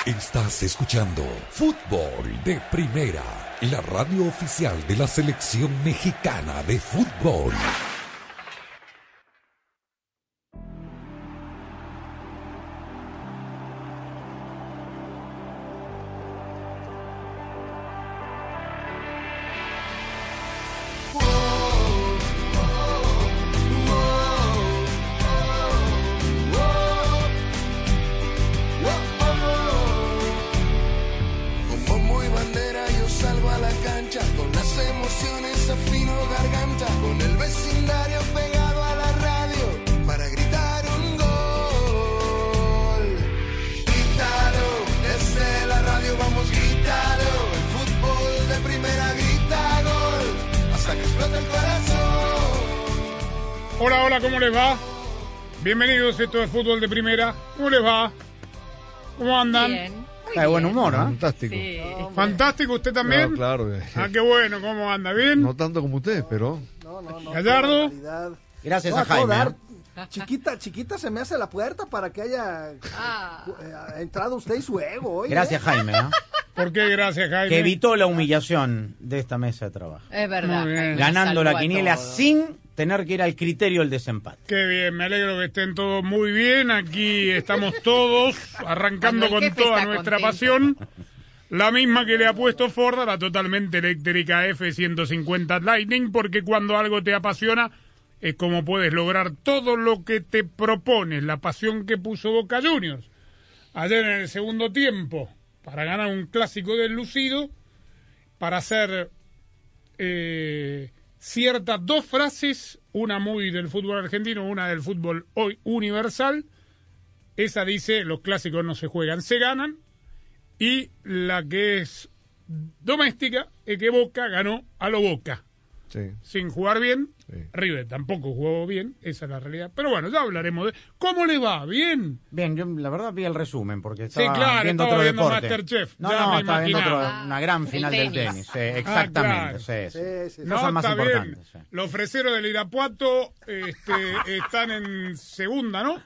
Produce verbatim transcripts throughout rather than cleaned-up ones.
Estás escuchando Fútbol de Primera, la radio oficial de la selección mexicana de fútbol. Hola, hola, ¿cómo les va? Bienvenidos, esto es Fútbol de Primera. ¿Cómo les va? ¿Cómo andan? Bien. De buen humor, ¿eh? Fantástico. Sí. ¿Fantástico usted también? No, claro. Ah, qué bueno, ¿cómo anda? ¿Bien? No tanto como usted, pero... No, no, no. Gallardo. Gracias No, a Jaime. dar. ¿eh? Chiquita, chiquita se me hace la puerta para que haya Ah. eh, entrado usted y su ego hoy. Gracias, ¿eh? Jaime. ¿eh? ¿Por qué gracias, Jaime? Que evitó la humillación de esta mesa de trabajo. Es verdad. Muy bien. Jaime, Ganando salvó la a quiniela todos. sin tener que ir al criterio del desempate. Qué bien, me alegro que estén todos muy bien. Aquí estamos todos arrancando Cuando el con jefe toda está nuestra contento. pasión. La misma que le ha puesto Ford a la totalmente eléctrica F ciento cincuenta Lightning, porque cuando algo te apasiona es como puedes lograr todo lo que te propones. La pasión que puso Boca Juniors ayer en el segundo tiempo para ganar un clásico deslucido, para hacer eh, ciertas dos frases, una muy del fútbol argentino, una del fútbol hoy universal. Esa dice: los clásicos no se juegan, se ganan. Y la que es doméstica es que Boca ganó a lo Boca, Sí. sin jugar bien. Sí. River tampoco jugó bien, esa es la realidad. Pero bueno, ya hablaremos de... ¿Cómo le va? ¿Bien? Bien, yo la verdad vi el resumen porque estaba Sí, claro, viendo estaba otro viendo deporte. Masterchef, No, ya no, me estaba viendo imaginaba. otro- una gran El final del tenis. tenis. sí, exactamente. Ah, sí, sí. Sí, sí. No, Cosas más está importantes. bien. sí. Los freseros del Irapuato este, están en segunda, ¿no?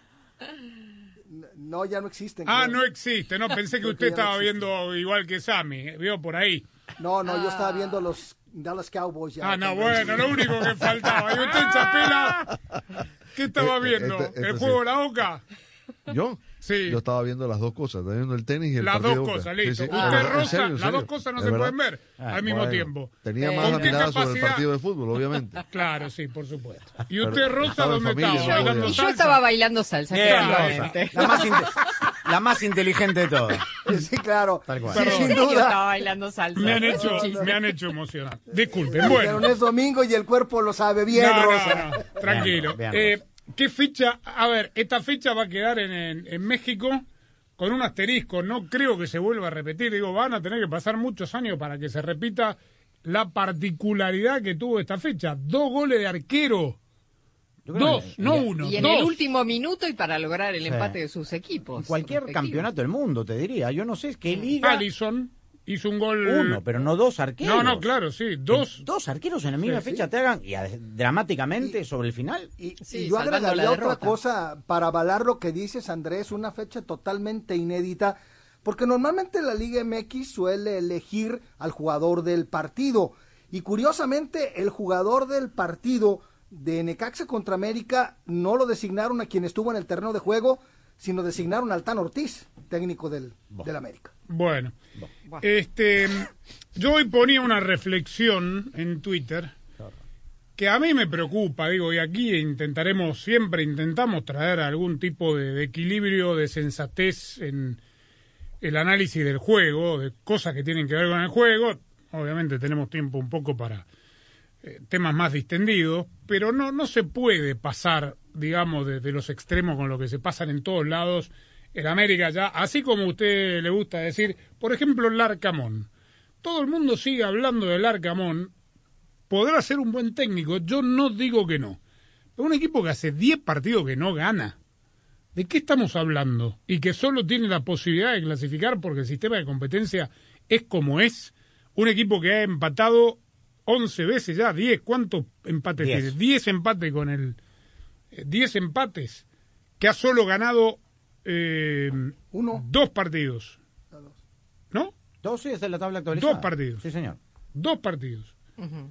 No, ya no existen. Ah, creo. no existe. No, pensé que Creo usted que ya no estaba existen. viendo igual que Sammy. Vio por ahí. No, no, yo estaba viendo los Dallas Cowboys. Ya Ah, no, también. bueno, lo único que faltaba. ¿Y usted, Chapela? ¿Qué estaba Eh, eh, viendo? este- este ¿El sí. juego de la Boca? ¿Yo? Sí. Yo estaba viendo las dos cosas. Estaba viendo el tenis y el Las partido dos de Boca. cosas, Sí, listo. sí. Usted, Ah, ¿en Rosa, serio, en las serio? dos cosas no ¿De se verdad? pueden ver Ah, al mismo Bueno, tiempo. Tenía Eh, más ¿con qué mirada sobre el capacidad? partido de fútbol, obviamente. Claro, sí, por supuesto. ¿Y Pero usted, Rosa, estaba en dónde familia, estaba? no ¿Bailando podía. Y yo salsa? estaba bailando salsa, Bien, claramente. Rosa. La más, inte- la más inteligente de todas. Sí, claro. Tal cual. Sí, Perdón. sin Yo duda. estaba bailando salsa. Me han hecho, Es un chiste. me han hecho emocionar. Disculpen, Pero bueno. no es domingo y el cuerpo lo sabe bien, No, Rosa. no, no, tranquilo. Bien, Eh, Rosa. ¿Qué fecha? A ver, esta fecha va a quedar en, en, en México con un asterisco. No creo que se vuelva a repetir. Digo, van a tener que pasar muchos años para que se repita la particularidad que tuvo esta fecha. Dos goles de arquero. Yo creo Dos, que- no y- uno. Y en dos. el último minuto y para lograr el Sí. empate de sus equipos. En cualquier respectivos. campeonato del mundo, te diría. Yo no sé qué liga. Allison hizo un gol. Uno, pero no dos arqueros. No, no, claro, sí. Dos. Dos arqueros en la misma Sí, fecha sí. te hagan y a- dramáticamente sobre el final. Y, Sí, y yo salvando agregaría la otra derrota. cosa para avalar lo que dices, Andrés, una fecha totalmente inédita, porque normalmente la Liga M X suele elegir al jugador del partido, y curiosamente el jugador del partido de Necaxa contra América no lo designaron a quien estuvo en el terreno de juego, sino designaron al Tan Ortiz, técnico del, del América. Bueno. Este, yo hoy ponía una reflexión en Twitter que a mí me preocupa, digo, y aquí intentaremos, siempre intentamos traer algún tipo de, de equilibrio, de sensatez en el análisis del juego, de cosas que tienen que ver con el juego. Obviamente tenemos tiempo un poco para eh, temas más distendidos, pero no, no se puede pasar, digamos, de, de los extremos con lo que se pasan en todos lados. En América ya, así como a usted le gusta decir, por ejemplo, el Larcamón. Todo el mundo sigue hablando del Larcamón. Podrá ser un buen técnico, yo no digo que no. Pero un equipo que hace diez partidos que no gana. ¿De qué estamos hablando? Y que solo tiene la posibilidad de clasificar porque el sistema de competencia es como es. Un equipo que ha empatado once veces ya, diez. ¿Cuántos empates Diez. tiene? diez empates con el... eh, diez empates. Que ha solo ganado eh, Uno. dos partidos. Todo sí, esa es la tabla actualizada. Dos partidos. Sí, señor. Dos partidos. Ujú.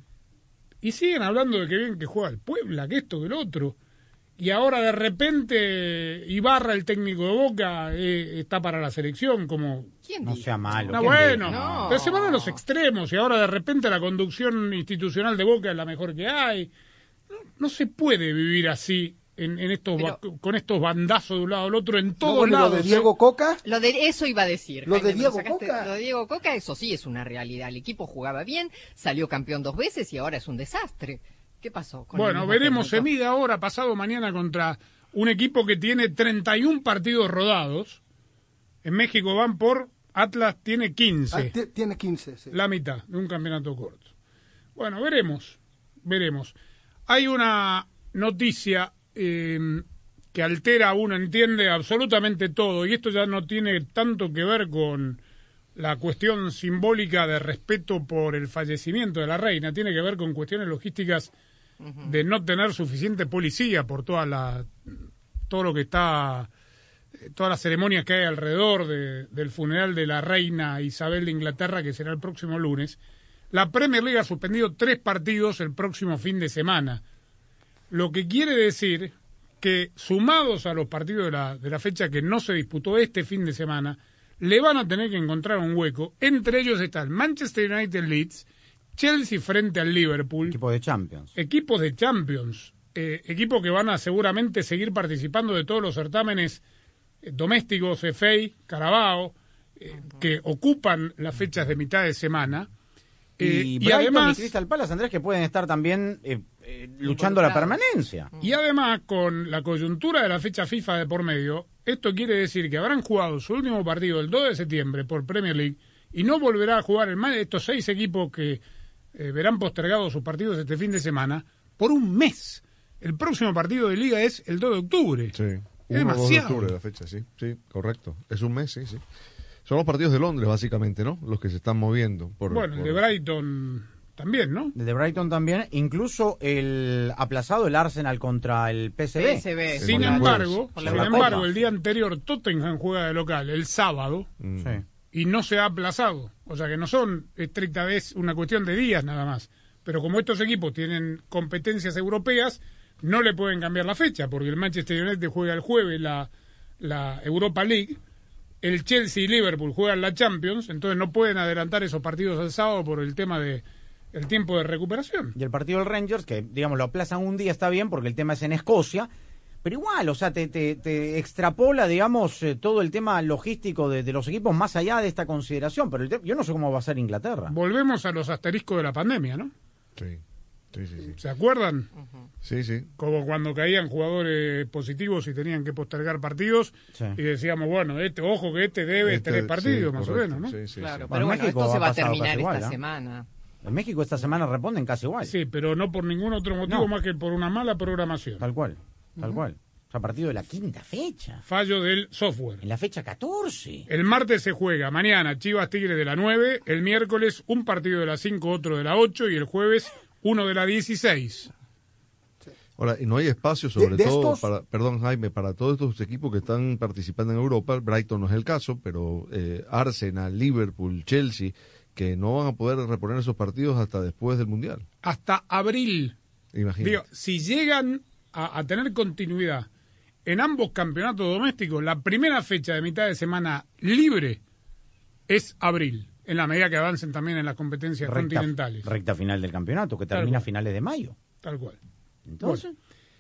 Y siguen hablando de que bien que juega el Puebla, que esto, que lo otro. Y ahora de repente Ibarra, el técnico de Boca, eh, está para la selección como... ¿Quién No dijo? sea malo. No, ¿quién bueno, dice? No. pero se van a los extremos y ahora de repente la conducción institucional de Boca es la mejor que hay. No, no se puede vivir así en, en estos Pero- ba- con estos bandazos de un lado al otro en No, todos bueno, lados. lo de ¿eh? Diego Coca, Lo de eso iba a decir. Lo de Jaime, me Diego sacaste. Coca. Lo de Diego Coca, eso sí es una realidad. El equipo jugaba bien, salió campeón dos veces y ahora es un desastre. ¿Qué pasó? Con el Bueno, mismo veremos, se técnico? mide ahora, pasado mañana, contra un equipo que tiene treinta y uno partidos rodados. En México van por, Atlas tiene ah, quince, ti- tiene quince. Sí. la mitad de un campeonato corto. Bueno, veremos, veremos. Hay una noticia eh, que altera, uno entiende absolutamente todo, y esto ya no tiene tanto que ver con la cuestión simbólica de respeto por el fallecimiento de la reina, tiene que ver con cuestiones logísticas de no tener suficiente policía por toda la todo lo que está eh, todas las ceremonias que hay alrededor de- del funeral de la reina Isabel de Inglaterra, que será el próximo lunes. La Premier League ha suspendido tres partidos el próximo fin de semana, lo que quiere decir que, sumados a los partidos de la, de la fecha que no se disputó este fin de semana, le van a tener que encontrar un hueco. Entre ellos está el Manchester United Leeds, Chelsea frente al Liverpool, Equipo de Champions. equipos de Champions, eh, equipos que van a seguramente seguir participando de todos los certámenes eh, domésticos, F A, Carabao, eh, que ocupan las fechas de mitad de semana. Eh, y, y Brighton además, y Crystal Palace, Andrés, que pueden estar también eh, eh, luchando la Involucrados. permanencia. y además, con la coyuntura de la fecha FIFA de por medio, esto quiere decir que habrán jugado su último partido el dos de septiembre por Premier League y no volverá a jugar el más de estos seis equipos que eh, verán postergados sus partidos este fin de semana por un mes. El próximo partido de Liga es el dos de octubre. Sí. Es uno o dos de demasiado. octubre la fecha, sí. Sí, correcto. Es un mes, sí, sí. Son los partidos de Londres, básicamente, ¿no? Los que se están moviendo. Por, Bueno, el por- de Brighton también, ¿no? El de Brighton también, incluso el aplazado el Arsenal contra el P S V. P S V. Sin Bueno, embargo, por la sin Copa. embargo, el día anterior Tottenham juega de local el sábado Mm. Sí. y no se ha aplazado. O sea que no son estricta vez una cuestión de días nada más. Pero como estos equipos tienen competencias europeas, no le pueden cambiar la fecha, porque el Manchester United juega el jueves la, la Europa League, el Chelsea y Liverpool juegan la Champions, entonces no pueden adelantar esos partidos al sábado por el tema de el tiempo de recuperación. Y el partido del Rangers, que digamos lo aplazan un día, está bien porque el tema es en Escocia, pero igual, o sea, te, te, te extrapola, digamos, eh, todo el tema logístico de, de los equipos más allá de esta consideración, pero el te- yo no sé cómo va a ser Inglaterra. Volvemos a los asteriscos de la pandemia, ¿no? Sí, sí, sí. Sí, ¿Se acuerdan? sí. sí. Como cuando caían jugadores positivos y tenían que postergar partidos Sí. y decíamos, bueno, este ojo que este debe Este, tres partidos, sí, más correcto, o menos, ¿no? Sí, sí, Claro, sí. Bueno, pero bueno, México esto se ha va a pasado terminar casi igual, esta ¿no? semana. En México esta semana responden casi igual. Sí, pero no por ningún otro motivo No. más que por una mala programación. Tal cual, tal cual. O sea, partido de la quinta fecha, Fallo del software. en la fecha catorce. El martes se juega, mañana Chivas Tigres de la nueve, el miércoles un partido de la cinco, otro de la ocho y el jueves uno de la dieciséis. Ahora, y no hay espacio, sobre De- de todo, estos- para, perdón Jaime, para todos estos equipos que están participando en Europa. Brighton no es el caso, pero eh, Arsenal, Liverpool, Chelsea, que no van a poder reponer esos partidos hasta después del Mundial. Hasta abril. Imagínate. Digo, si llegan a, a tener continuidad en ambos campeonatos domésticos, la primera fecha de mitad de semana libre es abril, en la medida que avancen también en las competencias Recta, continentales. recta final del campeonato, que Tal termina a cual. finales de mayo. Tal cual. Entonces,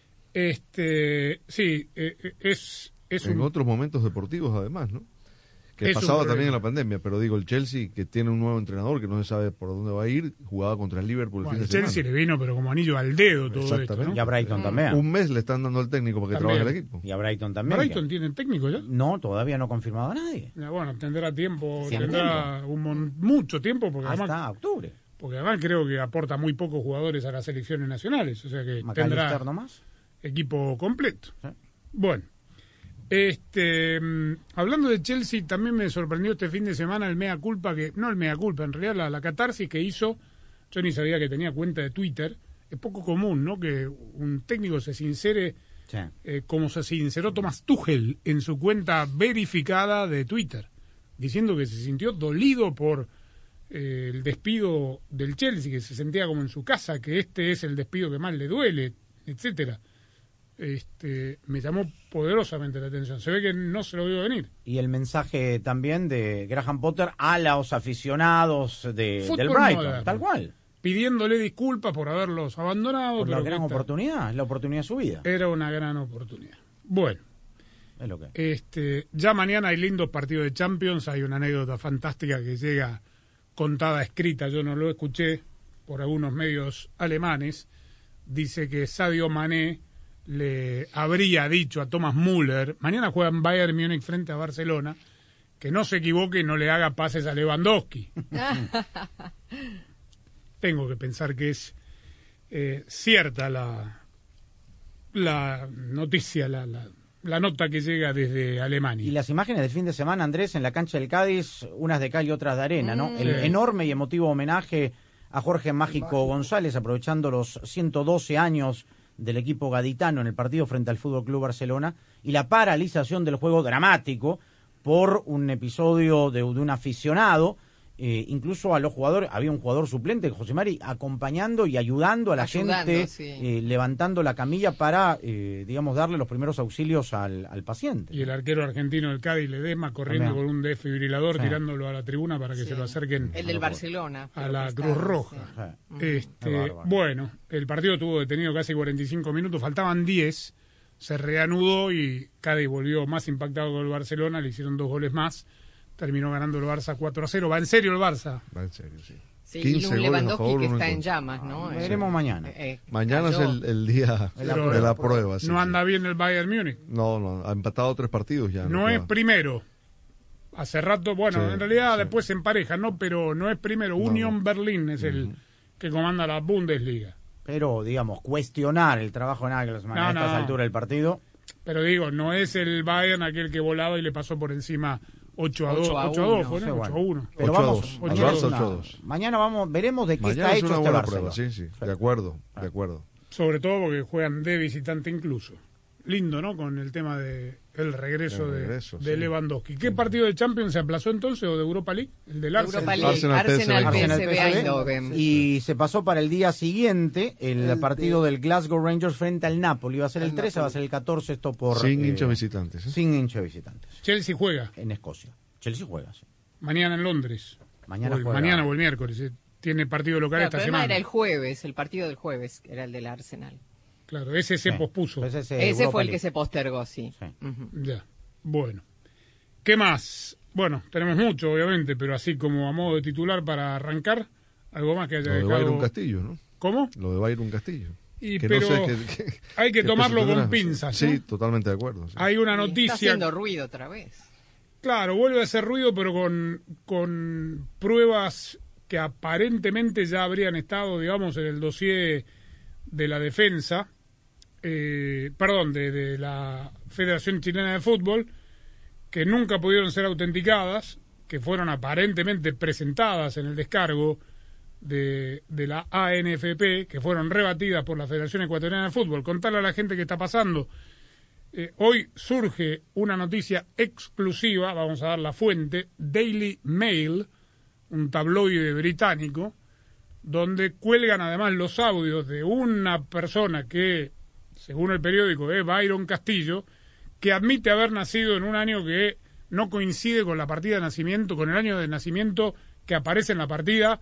Este, sí, eh, eh, es, es en un... otros momentos deportivos, además, ¿no? Que Es un pasaba problema. también en la pandemia, pero digo, el Chelsea, que tiene un nuevo entrenador que no se sabe por dónde va a ir, jugaba contra el Liverpool el Bueno, fin el de Chelsea semana. le vino, pero como anillo al dedo todo esto, Exactamente. ¿no? y a Brighton también. Un mes le están dando al técnico para que También. trabaje el equipo. Y a Brighton también. Brighton tiene técnico ya. No, todavía no ha confirmado a nadie. Ya, bueno, tendrá tiempo, Sí, tendrá un mon- mucho tiempo, porque además, Hasta octubre. porque además creo que aporta muy pocos jugadores a las selecciones nacionales, o sea que McAllister tendrá nomás. equipo completo. Sí. Bueno, este, mm, hablando de Chelsea, también me sorprendió este fin de semana el mea culpa, que no el mea culpa, en realidad la, la catarsis que hizo, yo ni sabía que tenía cuenta de Twitter, es poco común, ¿no? Que un técnico se sincere Sí. eh, como se sinceró Thomas Tuchel en su cuenta verificada de Twitter. diciendo que se sintió dolido por eh, el despido del Chelsea, que se sentía como en su casa, que este es el despido que más le duele, etcétera. Este, me llamó poderosamente la atención. Se ve que no se lo vio venir. Y el mensaje también de Graham Potter a los aficionados de, Fútbol del Brighton, moderno. tal cual. Pidiéndole disculpas por haberlos abandonado. Por la pero gran esta oportunidad, es la oportunidad de su vida. Era una gran oportunidad. Bueno, Es lo que. este, ya mañana hay lindos partidos de Champions. Hay una anécdota fantástica que llega contada, escrita. Yo no lo escuché por algunos medios alemanes. Dice que Sadio Mané le habría dicho a Thomas Müller, mañana juegan Bayern Múnich frente a Barcelona, que no se equivoque y no le haga pases a Lewandowski. Tengo que pensar que es eh, cierta la, la noticia, la, la, la nota que llega desde Alemania. Y las imágenes del fin de semana, Andrés, en la cancha del Cádiz, unas de cal y otras de arena, ¿no? Mm. El Sí. enorme y emotivo homenaje a Jorge Mágico, Mágico. González, aprovechando los ciento doce años del equipo gaditano en el partido frente al Fútbol Club Barcelona, y la paralización del juego dramático por un episodio de, de un aficionado. Eh, incluso a los jugadores, había un jugador suplente, José Mari, acompañando y ayudando a la Ayudando, gente, sí. eh, levantando la camilla para, eh, digamos, darle los primeros auxilios al, al paciente. Y el arquero argentino del Cádiz, Ledesma, corriendo También. con un desfibrilador, Sí. tirándolo a la tribuna para que Sí. se lo acerquen El del Barcelona. a creo la que Cruz estaba, Roja. sí. Sí. Este, Qué bárbaro. bueno, el partido tuvo detenido casi cuarenta y cinco minutos, faltaban diez, se reanudó y Cádiz volvió más impactado con el Barcelona, le hicieron dos goles más, terminó ganando el Barça cuatro a cero. Va en serio el Barça. Va en serio, sí. Sí, y quince un goles a Lewandowski favor, que uno en está en contra. llamas, ¿no? Veremos Eh, mañana. eh, Mañana es cayó. el, el día De la de prueba. la prueba. sí, No sí. anda bien el Bayern Múnich. No, no, ha empatado tres partidos ya. No es queda. primero. Hace rato, bueno, Sí, en realidad sí. después se empareja, ¿no? Pero no es primero. No, Union no. Berlín es el que comanda la Bundesliga. Pero, digamos, cuestionar el trabajo de Nagelsmann No, a estas no. alturas del partido. Pero digo, no es el Bayern aquel que volaba y le pasó por encima ocho a dos, ocho a ocho a dos, uno, fue, no ¿no? sé, ocho a bueno. uno. Pero ocho a vamos, dos. Al mañana, Barça es una- ocho a dos. mañana vamos, veremos de qué Mañana está es hecho una este buena Barcelona. prueba, sí, sí. De acuerdo, de acuerdo. Sobre todo porque juegan de visitante incluso. Lindo, ¿no? Con el tema de el regreso, El de- regreso, de, sí. Lewandowski. ¿Qué partido de Champions se aplazó entonces o de Europa League? El del Arsenal. Europa League, Arsenal, Arsenal, P S V. P S V Arsenal, P S V. Eindhoven. Y se pasó para el día siguiente el, El partido de- del Glasgow Rangers frente al Napoli. Iba a ser el El trece, Napoli. va a ser el catorce, esto por... Sin eh, hinchas visitantes. ¿eh? Sin hinchas visitantes, Chelsea juega en Escocia. Chelsea juega, sí. mañana en Londres. Mañana o el, juega. mañana o el miércoles. eh. Tiene partido local Claro, esta pero además semana. era el jueves, el partido del jueves, era el del Arsenal. Claro, ese se Sí. pospuso. Pues ese Ese Europa fue el League. que se postergó, sí. Sí. Ujú. Ya, bueno. ¿Qué más? Bueno, tenemos mucho, obviamente, pero así como a modo de titular para arrancar, algo más que haya Lo de dejado... Byron Castillo, ¿no? ¿Cómo? Lo de Byron Castillo. Y, Que pero no sé qué- qué- hay que qué tomarlo peso con tendrá. pinzas, Sí, ¿no? totalmente de acuerdo. sí. Hay una Y está noticia... haciendo ruido otra vez. Claro, vuelve a hacer ruido, pero con, con pruebas que aparentemente ya habrían estado, digamos, en el dossier de la defensa, eh, perdón, de, de la Federación Chilena de Fútbol, que nunca pudieron ser autenticadas, que fueron aparentemente presentadas en el descargo de, de la A N F P, que fueron rebatidas por la Federación Ecuatoriana de Fútbol. Contarle a la gente qué está pasando. Eh, hoy surge una noticia exclusiva, vamos a dar la fuente, Daily Mail, un tabloide británico, donde cuelgan además los audios de una persona que, según el periódico, es Byron Castillo, que admite haber nacido en un año que no coincide con la partida de nacimiento, con el año de nacimiento que aparece en la partida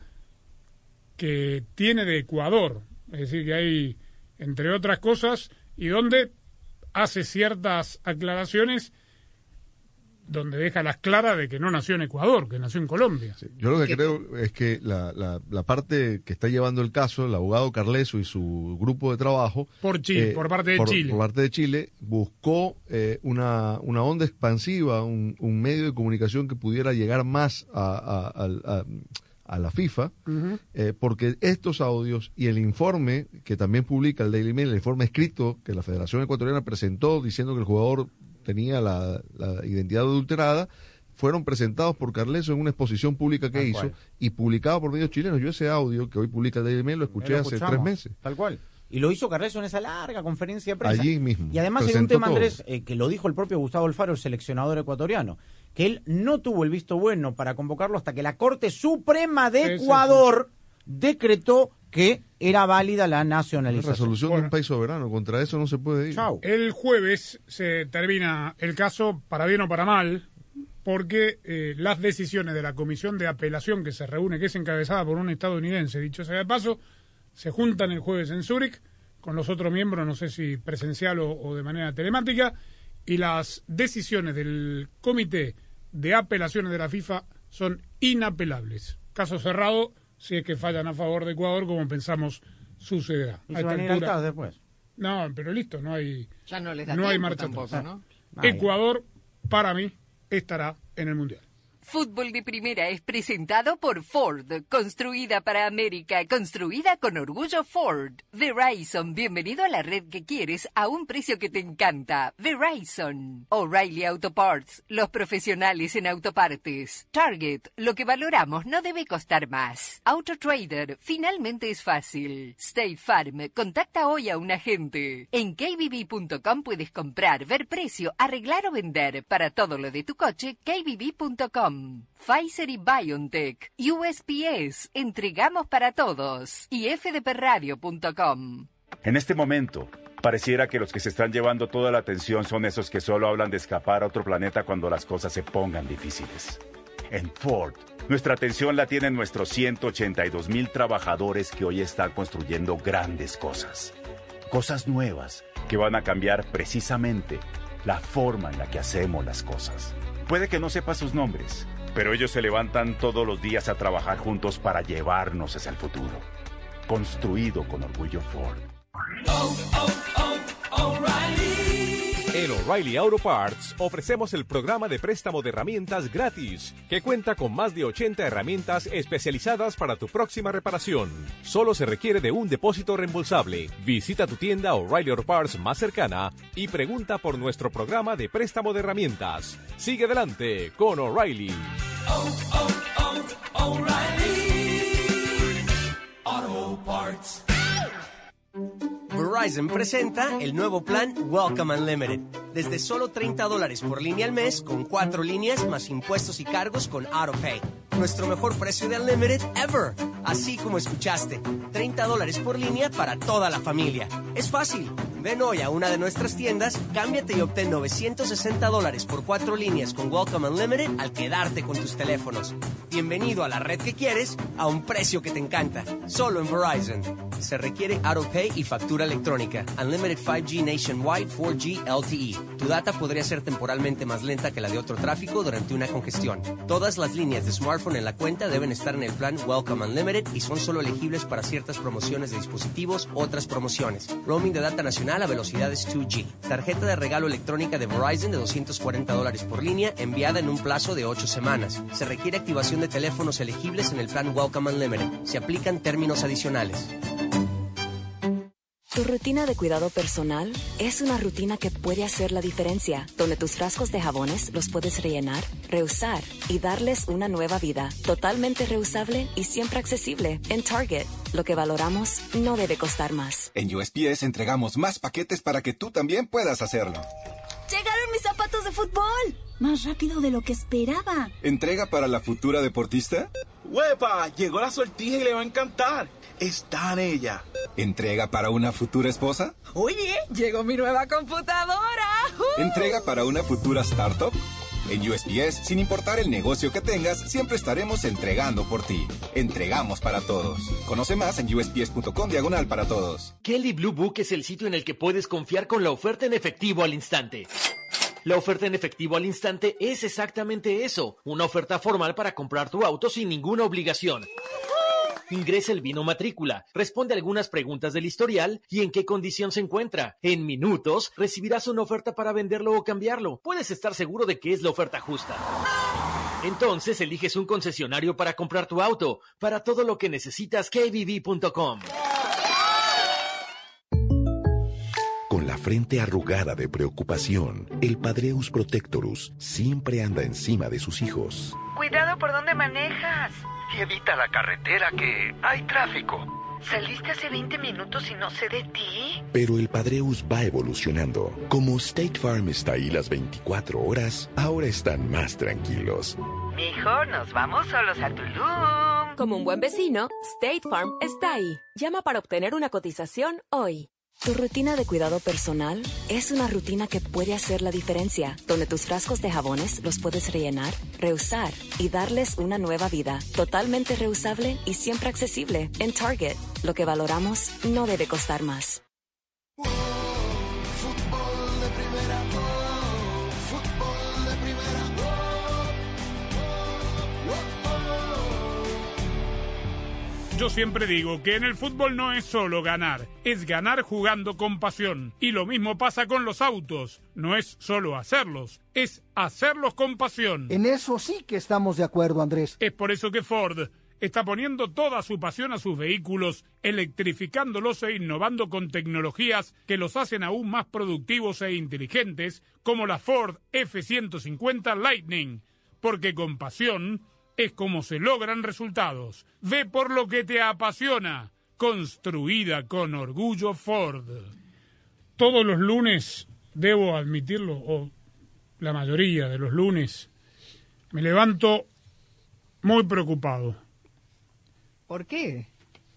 que tiene de Ecuador. Es decir, que hay, entre otras cosas, y donde hace ciertas aclaraciones donde deja las claras de que no nació en Ecuador, que nació en Colombia. Sí, yo lo que ¿Qué- creo es que la, la, la parte que está llevando el caso, el abogado Carleso y su grupo de trabajo, Por Chile, eh, por parte de por, Chile. por parte de Chile, buscó eh, una, una onda expansiva, un, un medio de comunicación que pudiera llegar más a, a, a- a- a la FIFA, Ujú. eh, porque estos audios y el informe que también publica el Daily Mail, el informe escrito que la Federación Ecuatoriana presentó diciendo que el jugador tenía la, la identidad adulterada, fueron presentados por Carleso en una exposición pública que Tal hizo cual. y publicado por medios chilenos. Yo ese audio que hoy publica el Daily Mail lo escuché Lo hace escuchamos, tres meses. Tal cual. Y lo hizo Carleso en esa larga conferencia de prensa. Allí mismo. Y además hay un Presentó tema, todo. Andrés, eh, que lo dijo el propio Gustavo Alfaro, el seleccionador ecuatoriano, que él no tuvo el visto bueno para convocarlo hasta que la Corte Suprema de Sí, Ecuador sí, sí. decretó que era válida la nacionalización. La resolución Bueno. de un país soberano, contra eso no se puede ir. Chau. El jueves se termina el caso, para bien o para mal, porque eh, las decisiones de la comisión de apelación que se reúne, que es encabezada por un estadounidense, dicho sea de paso, se juntan el jueves en Zúrich con los otros miembros, no sé si presencial o, o de manera telemática, y las decisiones del comité de apelaciones de la FIFA son inapelables. Caso cerrado, si es que fallan a favor de Ecuador, como pensamos sucederá. Y A se esta van a ir al altura- T A S después. No, pero listo, no hay... Ya no les da No hay tiempo marcha tampoco, atrás. ¿no? Ah, Ecuador, para mí, estará en el Mundial. Fútbol de Primera es presentado por Ford, construida para América, construida con orgullo Ford. Verizon, bienvenido a la red que quieres a un precio que te encanta. Verizon. O'Reilly Auto Parts, los profesionales en autopartes. Target, lo que valoramos no debe costar más. AutoTrader, finalmente es fácil. State Farm, contacta hoy a un agente. En K B B punto com puedes comprar, ver precio, arreglar o vender. Para todo lo de tu coche, K B B punto com. Pfizer y BioNTech, U S P S, entregamos para todos, y F D P radio punto com. En este momento, pareciera que los que se están llevando toda la atención son esos que solo hablan de escapar a otro planeta cuando las cosas se pongan difíciles. En Ford, nuestra atención la tienen nuestros ciento ochenta y dos mil trabajadores que hoy están construyendo grandes cosas. Cosas nuevas que van a cambiar precisamente la forma en la que hacemos las cosas. Puede que no sepa sus nombres, pero ellos se levantan todos los días a trabajar juntos para llevarnos hacia el futuro. Construido con orgullo Ford. Oh, oh, oh, O'Reilly. En O'Reilly Auto Parts ofrecemos el programa de préstamo de herramientas gratis, que cuenta con más de ochenta herramientas especializadas para tu próxima reparación. Solo se requiere de un depósito reembolsable. Visita tu tienda O'Reilly Auto Parts más cercana y pregunta por nuestro programa de préstamo de herramientas. Sigue adelante con O'Reilly. Oh, oh, oh, O'Reilly Auto Parts. Verizon presenta el nuevo plan Welcome Unlimited. Desde solo treinta dólares por línea al mes, con cuatro líneas más impuestos y cargos con AutoPay. Nuestro mejor precio de Unlimited ever. Así como escuchaste, treinta dólares por línea para toda la familia. Es fácil. Ven hoy a una de nuestras tiendas, cámbiate y obtén novecientos sesenta dólares por cuatro líneas con Welcome Unlimited al quedarte con tus teléfonos. Bienvenido a la red que quieres a un precio que te encanta. Solo en Verizon. Se requiere AutoPay y factura electrónica. Unlimited cinco G Nationwide cuatro G L T E. Tu data podría ser temporalmente más lenta que la de otro tráfico durante una congestión. Todas las líneas de smartphone en la cuenta deben estar en el plan Welcome Unlimited y son solo elegibles para ciertas promociones de dispositivos, otras promociones. Roaming de data nacional a velocidades dos G. Tarjeta de regalo electrónica de Verizon de doscientos cuarenta dólares por línea enviada en un plazo de ocho semanas. Se requiere activación de teléfonos elegibles en el plan Welcome Unlimited. Se aplican términos adicionales. Tu rutina de cuidado personal es una rutina que puede hacer la diferencia, donde tus frascos de jabones los puedes rellenar, reusar y darles una nueva vida, totalmente reusable y siempre accesible en Target. Lo que valoramos no debe costar más. En U S P S entregamos más paquetes para que tú también puedas hacerlo. ¡Llegaron mis zapatos de fútbol! Más rápido de lo que esperaba. ¿Entrega para la futura deportista? ¡Huepa! Llegó la sortija y le va a encantar. Está en ella. ¿Entrega para una futura esposa? Oye, llegó mi nueva computadora. ¡Uh! ¿Entrega para una futura startup? En U S P S, sin importar el negocio que tengas, siempre estaremos entregando por ti. Entregamos para todos. Conoce más en U S P S punto com diagonal para todos. Kelley Blue Book es el sitio en el que puedes confiar con la oferta en efectivo al instante. La oferta en efectivo al instante es exactamente eso, una oferta formal para comprar tu auto sin ninguna obligación. Ingresa el vino matrícula, responde algunas preguntas del historial y en qué condición se encuentra. En minutos recibirás una oferta para venderlo o cambiarlo. Puedes estar seguro de que es la oferta justa. Entonces eliges un concesionario para comprar tu auto. Para todo lo que necesitas, K B B punto com. Con la frente arrugada de preocupación, el Padreus Protectorus siempre anda encima de sus hijos. Cuidado por donde manejas. Y evita la carretera que hay tráfico. Saliste hace veinte minutos y no sé de ti. Pero el Padreus va evolucionando. Como State Farm está ahí las veinticuatro horas, ahora están más tranquilos. Mijo, nos vamos solos a Tulum. Como un buen vecino, State Farm está ahí. Llama para obtener una cotización hoy. Tu rutina de cuidado personal es una rutina que puede hacer la diferencia, donde tus frascos de jabones los puedes rellenar, reusar y darles una nueva vida, totalmente reusable y siempre accesible en Target. Lo que valoramos no debe costar más. Yo siempre digo que en el fútbol no es solo ganar, es ganar jugando con pasión. Y lo mismo pasa con los autos, no es solo hacerlos, es hacerlos con pasión. En eso sí que estamos de acuerdo, Andrés. Es por eso que Ford está poniendo toda su pasión a sus vehículos, electrificándolos e innovando con tecnologías que los hacen aún más productivos e inteligentes, como la Ford F ciento cincuenta Lightning. Porque con pasión es como se logran resultados. Ve por lo que te apasiona. Construida con orgullo Ford. Todos los lunes, debo admitirlo, o la mayoría de los lunes, me levanto muy preocupado. ¿Por qué?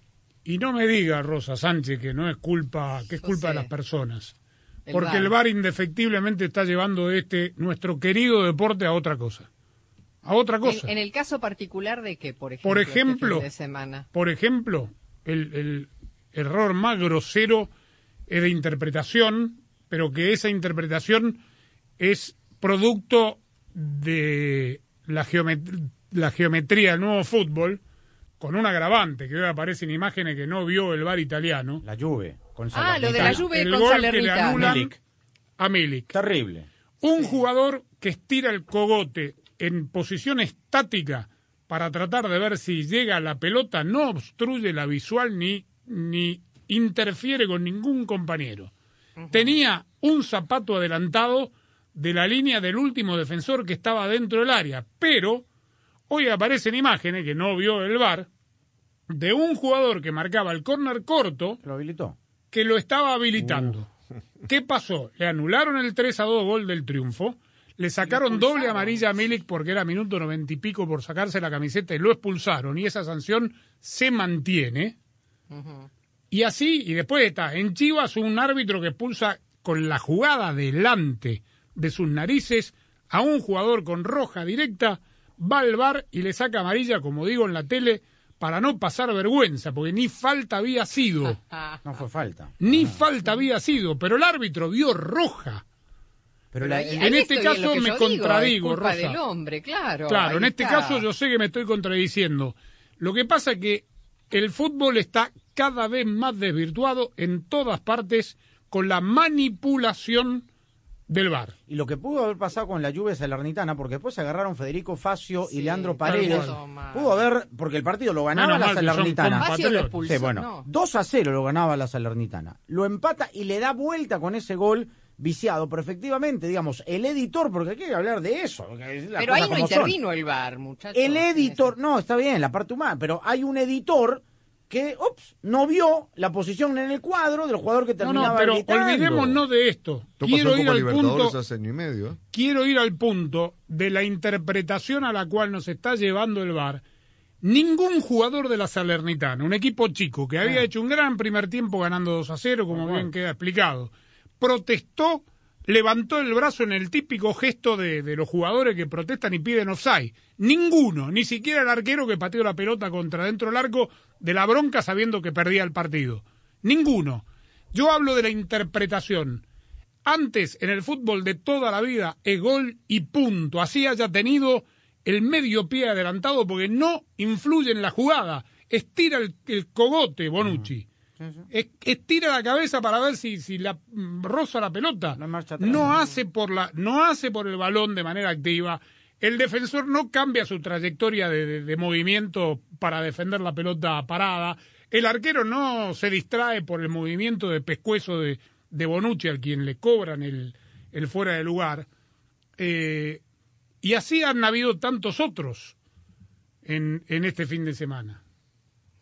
Y no me diga, Rosa Sánchez, que no es culpa, que es culpa sé. de las personas. El Porque V A R. el V A R indefectiblemente está llevando este, nuestro querido deporte a otra cosa. A otra cosa. En, en el caso particular de que, por ejemplo, Por ejemplo, este fin de semana. por ejemplo, el, el error más grosero es de interpretación, pero que esa interpretación es producto de la, geomet- la geometría del nuevo fútbol, con un agravante, que hoy aparecen imágenes que no vio el V A R italiano. La Juve, con Ah, lo de la Juve El con gol que le Salernitana. anulan Milik. a Milik. Terrible. Un jugador que estira el cogote en posición estática para tratar de ver si llega la pelota, no obstruye la visual ni, ni interfiere con ningún compañero. Uh-huh. Tenía un zapato adelantado de la línea del último defensor que estaba dentro del área, pero hoy aparecen imágenes que no vio el V A R de un jugador que marcaba el córner corto ¿Lo habilitó? que lo estaba habilitando. Uh. ¿Qué pasó? Le anularon el tres a dos gol del triunfo. Le sacaron doble amarilla a Milik porque era minuto noventa y pico por sacarse la camiseta y lo expulsaron. Y esa sanción se mantiene. Uh-huh. Y así, y después está en Chivas un árbitro que expulsa con la jugada delante de sus narices a un jugador con roja directa, va al V A R y le saca amarilla, como digo en la tele, para no pasar vergüenza, porque ni falta había sido. No fue falta. Ni no. falta había sido, pero el árbitro vio roja. Pero la, en este caso me contradigo, digo, es culpa Rosa. del hombre, claro. Claro, en este está. caso yo sé que me estoy contradiciendo. Lo que pasa es que el fútbol está cada vez más desvirtuado en todas partes con la manipulación del V A R. Y lo que pudo haber pasado con la Juve Salernitana, porque después se agarraron Federico Facio sí, y Leandro Paredes. Pudo haber, porque el partido lo ganaba la Salernitana. Facio lo expulsó, sí, bueno, no. dos a cero lo ganaba la Salernitana. Lo empata y le da vuelta con ese gol viciado, pero efectivamente, digamos, el editor, porque hay que hablar de eso. Pero ahí no intervino son. el V A R, muchachos. El editor, no, está bien, la parte humana, pero hay un editor que, ups, no vio la posición en el cuadro del jugador que terminaba No, no, pero gritando. olvidémonos de esto. Esto quiero pasó ir como al Libertadores punto, hace año y medio. ¿eh? Quiero ir al punto de la interpretación a la cual nos está llevando el V A R. Ningún jugador de la Salernitana, un equipo chico que había ah. hecho un gran primer tiempo ganando dos a cero, como ah, bien bueno. queda explicado, protestó, levantó el brazo en el típico gesto de, de los jugadores que protestan y piden offside. Ninguno, ni siquiera el arquero que pateó la pelota contra dentro del arco de la bronca sabiendo que perdía el partido. Ninguno. Yo hablo de la interpretación. Antes, en el fútbol de toda la vida, es gol y punto. Así haya tenido el medio pie adelantado porque no influye en la jugada. Estira el, el cogote, Bonucci. Uh-huh. Sí, sí. Estira la cabeza para ver si, si la roza la pelota. No, no hace por la, no hace por el balón de manera activa. El defensor no cambia su trayectoria de, de, de movimiento para defender la pelota parada. El arquero no se distrae por el movimiento de pescuezo de, de Bonucci, al quien le cobran el, el fuera de lugar. Eh, y así han habido tantos otros en, en este fin de semana.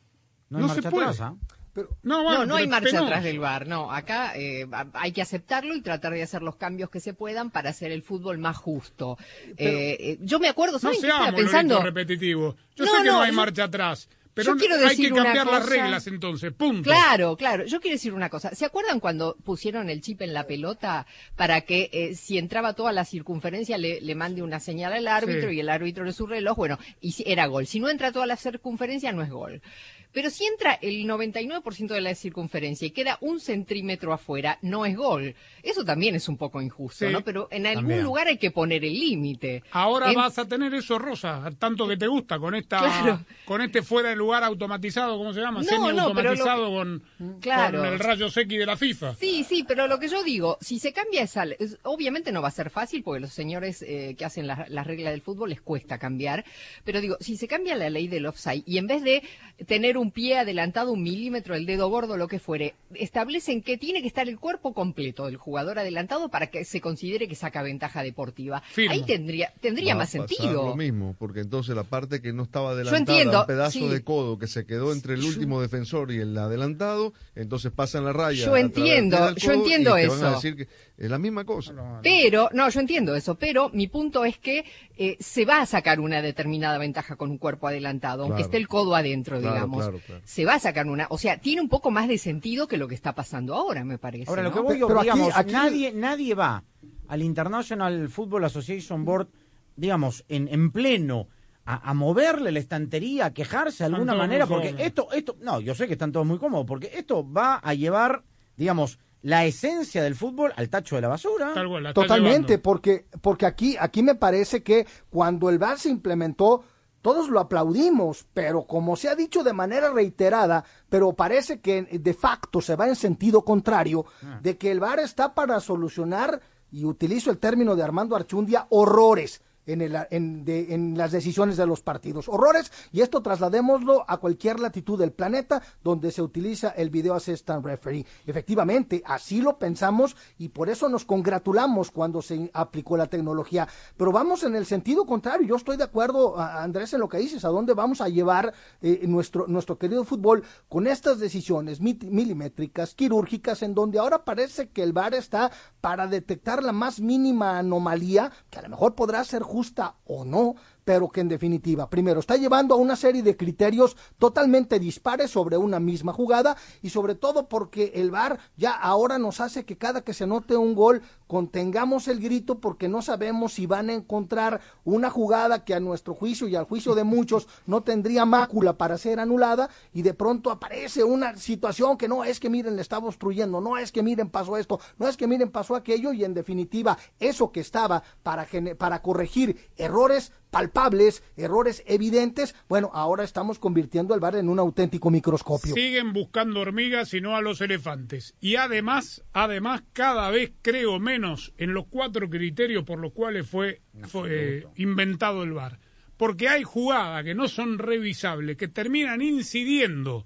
No, hay no marcha se puede. atrás, ¿ah? Pero, No, bueno, no, no hay pero marcha penoso. atrás del V A R, no. Acá eh, hay que aceptarlo y tratar de hacer los cambios que se puedan para hacer el fútbol más justo. Pero, eh, eh, yo me acuerdo, No ¿saben qué estaba seamos pensando? Lolito repetitivo. Yo No, sé que no, no, hay yo- marcha atrás, pero yo quiero hay que decir una cambiar las cosa- reglas entonces, punto. Claro, claro. Yo quiero decir una cosa. ¿Se acuerdan cuando pusieron el chip en la pelota para que eh, si entraba toda la circunferencia le, le mande una señal al árbitro Sí. y el árbitro de su reloj? Bueno, y si- era gol. Si no entra toda la circunferencia, no es gol. Pero si entra el noventa y nueve por ciento de la circunferencia y queda un centímetro afuera, no es gol. Eso también es un poco injusto, Sí, ¿no? Pero en algún también. lugar hay que poner el límite. Ahora En- vas a tener eso, Rosa, tanto que te gusta, con esta, Claro. con este fuera de lugar automatizado, ¿cómo se llama? No, no, pero Semi-automatizado lo con, Claro. con el rayos X de la FIFA. Sí, sí, pero lo que yo digo, si se cambia esa, es- obviamente no va a ser fácil porque los señores eh, que hacen las la reglas del fútbol les cuesta cambiar, pero digo, si se cambia la ley del offside y en vez de tener un pie adelantado un milímetro, el dedo gordo, lo que fuere, establecen que tiene que estar el cuerpo completo del jugador adelantado para que se considere que saca ventaja deportiva. Firmo. Ahí tendría tendría Va más a pasar sentido. lo mismo, porque entonces la parte que no estaba adelantada, entiendo, un pedazo sí. de codo que se quedó entre el último defensor y el adelantado, entonces pasan la raya. Yo entiendo, atravesaron el yo codo entiendo y te van a eso. decir que es la misma cosa. Pero, no, yo entiendo eso, pero mi punto es que eh, se va a sacar una determinada ventaja con un cuerpo adelantado, aunque Claro. esté el codo adentro, Claro, digamos. claro, claro. Se va a sacar una, o sea, tiene un poco más de sentido que lo que está pasando ahora, me parece. Ahora, lo ¿no? que voy yo, Pero aquí- digamos, aquí- nadie, nadie va al International Football Association Board, digamos, en, en pleno, a, a moverle la estantería, a quejarse de alguna Están todos manera, muy porque cómodos. esto, esto, no, yo sé que están todos muy cómodos, porque esto va a llevar, digamos, la esencia del fútbol al tacho de la basura. Tal cual, la está Totalmente, llevando. porque, porque aquí, aquí me parece que cuando el V A R se implementó, todos lo aplaudimos, pero como se ha dicho de manera reiterada, pero parece que de facto se va en sentido contrario, de que el V A R está para solucionar, y utilizo el término de Armando Archundia, horrores en, el, en, de, en las decisiones de los partidos. Horrores, y esto trasladémoslo a cualquier latitud del planeta donde se utiliza el Video Assistant Referee. Efectivamente, así lo pensamos y por eso nos congratulamos cuando se aplicó la tecnología. Pero vamos en el sentido contrario. Yo estoy de acuerdo, a- Andrés, en lo que dices, a dónde vamos a llevar eh, nuestro, nuestro querido fútbol con estas decisiones mit- milimétricas, quirúrgicas, en donde ahora parece que el V A R está para detectar la más mínima anomalía, que a lo mejor podrá ser justa o no, pero que en definitiva, primero, está llevando a una serie de criterios totalmente dispares sobre una misma jugada y sobre todo porque el V A R ya ahora nos hace que cada que se anote un gol contengamos el grito porque no sabemos si van a encontrar una jugada que a nuestro juicio y al juicio de muchos no tendría mácula para ser anulada y de pronto aparece una situación que no es que miren le está obstruyendo, no es que miren pasó esto, no es que miren pasó aquello y en definitiva eso que estaba para, gene- para corregir errores palpables, errores evidentes, bueno, ahora estamos convirtiendo el V A R en un auténtico microscopio. Siguen buscando hormigas y no a los elefantes. Y además, además, cada vez creo menos en los cuatro criterios por los cuales fue, fue eh, inventado el V A R. Porque hay jugadas que no son revisables, que terminan incidiendo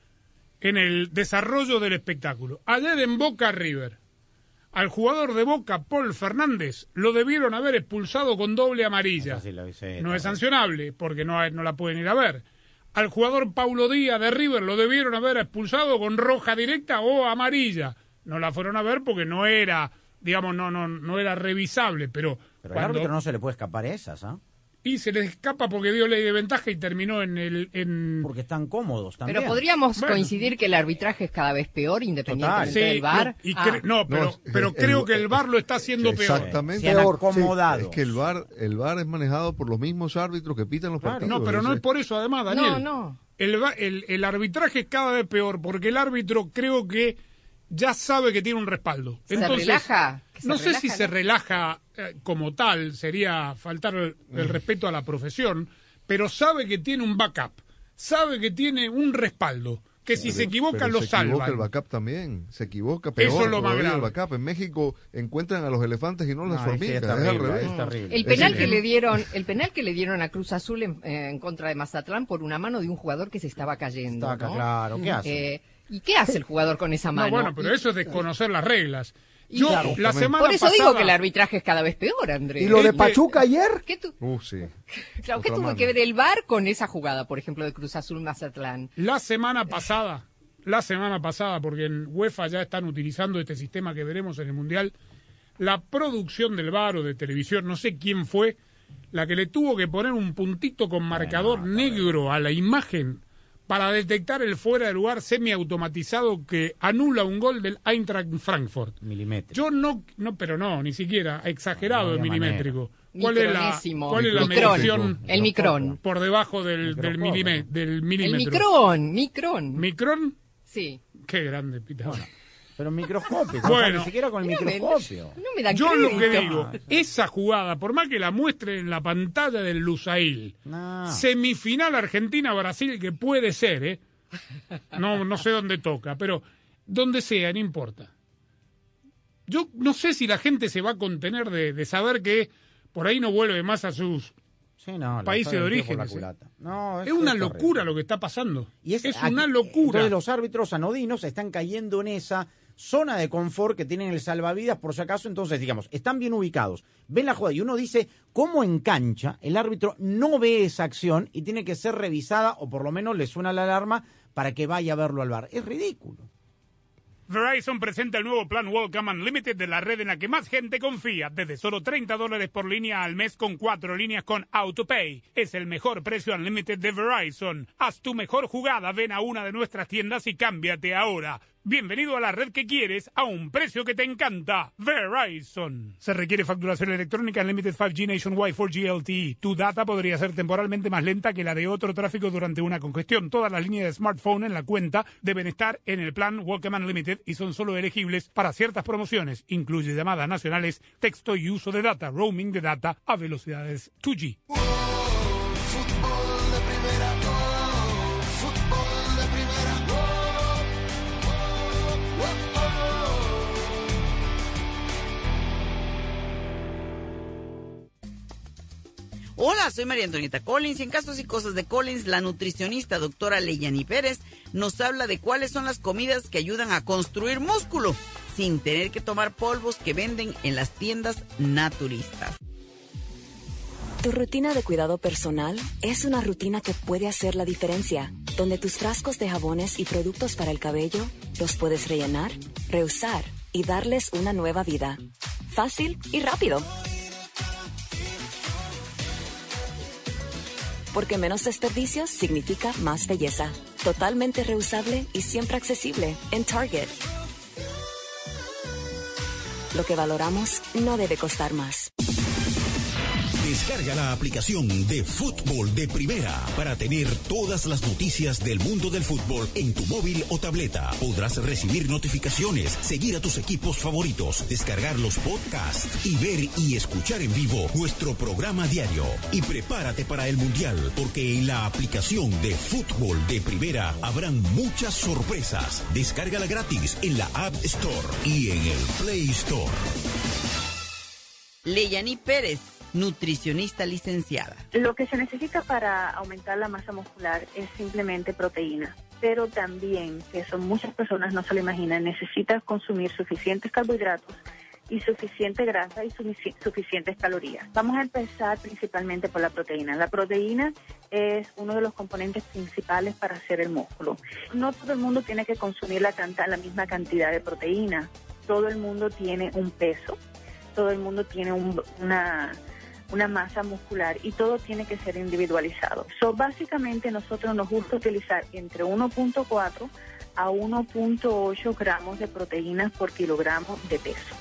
en el desarrollo del espectáculo. Ayer en Boca River, al jugador de Boca, Paul Fernández, lo debieron haber expulsado con doble amarilla. Esa sí la vi, sí, No está es bien. sancionable, porque no, no la pueden ir a ver. Al jugador Paulo Díaz de River lo debieron haber expulsado con roja directa o amarilla. No la fueron a ver porque no era, digamos, no no no era revisable, pero, Pero al cuando... árbitro no se le puede escapar esas, ¿ah? Y se les escapa porque dio ley de ventaja y terminó en el... En... Porque están cómodos también. Pero podríamos Bueno. coincidir que el arbitraje es cada vez peor, independientemente Sí, del V A R. no, y Ah. cre- no, pero, No, pero el- creo que el V A R lo está haciendo peor. Exactamente. Se han Peor, acomodado. Es que el V A R, el V A R es manejado por los mismos árbitros que pitan los Claro. partidos. No, pero no es por eso, además, Daniel. No, no. El, va- el, el arbitraje es cada vez peor porque el árbitro creo que ya sabe que tiene un respaldo. ¿Se Entonces, relaja? ¿Que se no sé relaja, si no? se relaja eh, como tal, sería faltar el, el respeto a la profesión, pero sabe que tiene un backup, sabe que tiene un respaldo, que si Pero- se equivoca pero lo se equivoca salvan. el backup también, se equivoca peor Eso es lo más todavía grave. el backup. En México encuentran a los elefantes y no las No, es que hormigas, es es al terrible, revés. es terrible. El Es penal decir, que le dieron, el penal que le dieron a Cruz Azul en, eh, en contra de Mazatlán por una mano de un jugador que se estaba cayendo. Estaba acá, ¿no? claro, ¿qué hace? Eh, ¿Y qué hace el jugador con esa No, mano? bueno, pero Y- eso es desconocer las reglas. Yo, Claro. la semana Por eso pasada... digo que el arbitraje es cada vez peor, Andrés. ¿Y lo de Este- Pachuca ayer? ¿Qué, tu- Uh, sí. claro, ¿qué Otra tuvo mano. que ver el V A R con esa jugada, por ejemplo, de Cruz Azul Mazatlán? La semana pasada, la semana pasada, porque en UEFA ya están utilizando este sistema que veremos en el Mundial, la producción del V A R o de televisión, no sé quién fue, la que le tuvo que poner un puntito con marcador negro a la imagen para detectar el fuera de lugar semiautomatizado que anula un gol del Eintracht Frankfurt. Milimétrico. Yo no, no, pero no, ni siquiera, exagerado No el había milimétrico. ¿Cuál es la, Micronésimo. cuál es la Micrón. medición El micrón. por debajo del, del, milime- del El milímetro? micrón, micrón. ¿Micrón? Sí. Qué grande, Pita. Pero microscópico, Bueno. o sea, ni siquiera con el microscopio. No me dan Yo lo que crédito. digo, esa jugada, por más que la muestre en la pantalla del Lusail, No. semifinal Argentina-Brasil, que puede ser, ¿eh? No, no sé dónde toca, pero donde sea, no importa. Yo no sé si la gente se va a contener de, de saber que por ahí no vuelve más a sus Sí, no, la países de saben tío por origen. la ¿eh? culata. No, Es eso una terrible. locura lo que está pasando. Y es aquí- una locura. Entonces los árbitros anodinos están cayendo en esa zona de confort que tienen el salvavidas por si acaso. Entonces, digamos, están bien ubicados, ven la jugada y uno dice cómo en cancha el árbitro no ve esa acción y tiene que ser revisada o por lo menos le suena la alarma para que vaya a verlo al V A R. Es ridículo. Verizon presenta el nuevo plan Welcome Unlimited de la red en la que más gente confía. Desde solo treinta dólares por línea al mes con cuatro líneas con AutoPay. Es el mejor precio Unlimited de Verizon. Haz tu mejor jugada, ven a una de nuestras tiendas y cámbiate ahora. Bienvenido a la red que quieres a un precio que te encanta. Verizon. Se requiere facturación electrónica Unlimited cinco G Nationwide cuatro G L T E. Tu data podría ser temporalmente más lenta que la de otro tráfico durante una congestión. Todas las líneas de smartphone en la cuenta deben estar en el plan Welcome Unlimited y son solo elegibles para ciertas promociones. Incluye llamadas nacionales, texto y uso de data, roaming de data a velocidades dos G. Hola, soy María Antonieta Collins y en Casos y Cosas de Collins, la nutricionista doctora Leyani Pérez nos habla de cuáles son las comidas que ayudan a construir músculo sin tener que tomar polvos que venden en las tiendas naturistas. Tu rutina de cuidado personal es una rutina que puede hacer la diferencia, donde tus frascos de jabones y productos para el cabello los puedes rellenar, reusar y darles una nueva vida. Fácil y rápido. Porque menos desperdicios significa más belleza. Totalmente reusable y siempre accesible en Target. Lo que valoramos no debe costar más. Descarga la aplicación de Fútbol de Primera para tener todas las noticias del mundo del fútbol en tu móvil o tableta. Podrás recibir notificaciones, seguir a tus equipos favoritos, descargar los podcasts y ver y escuchar en vivo nuestro programa diario. Y prepárate para el Mundial, porque en la aplicación de Fútbol de Primera habrán muchas sorpresas. Descárgala gratis en la App Store y en el Play Store. Leyani Pérez, nutricionista licenciada. Lo que se necesita para aumentar la masa muscular es simplemente proteína, pero también, que eso muchas personas no se lo imaginan, necesitas consumir suficientes carbohidratos y suficiente grasa y sufici- suficientes calorías. Vamos a empezar principalmente por la proteína. La proteína es uno de los componentes principales para hacer el músculo. No todo el mundo tiene que consumir la, canta- la misma cantidad de proteína. Todo el mundo tiene un peso, todo el mundo tiene un, una... una masa muscular y todo tiene que ser individualizado. So, básicamente nosotros nos gusta utilizar entre uno punto cuatro a uno punto ocho gramos de proteínas por kilogramo de peso.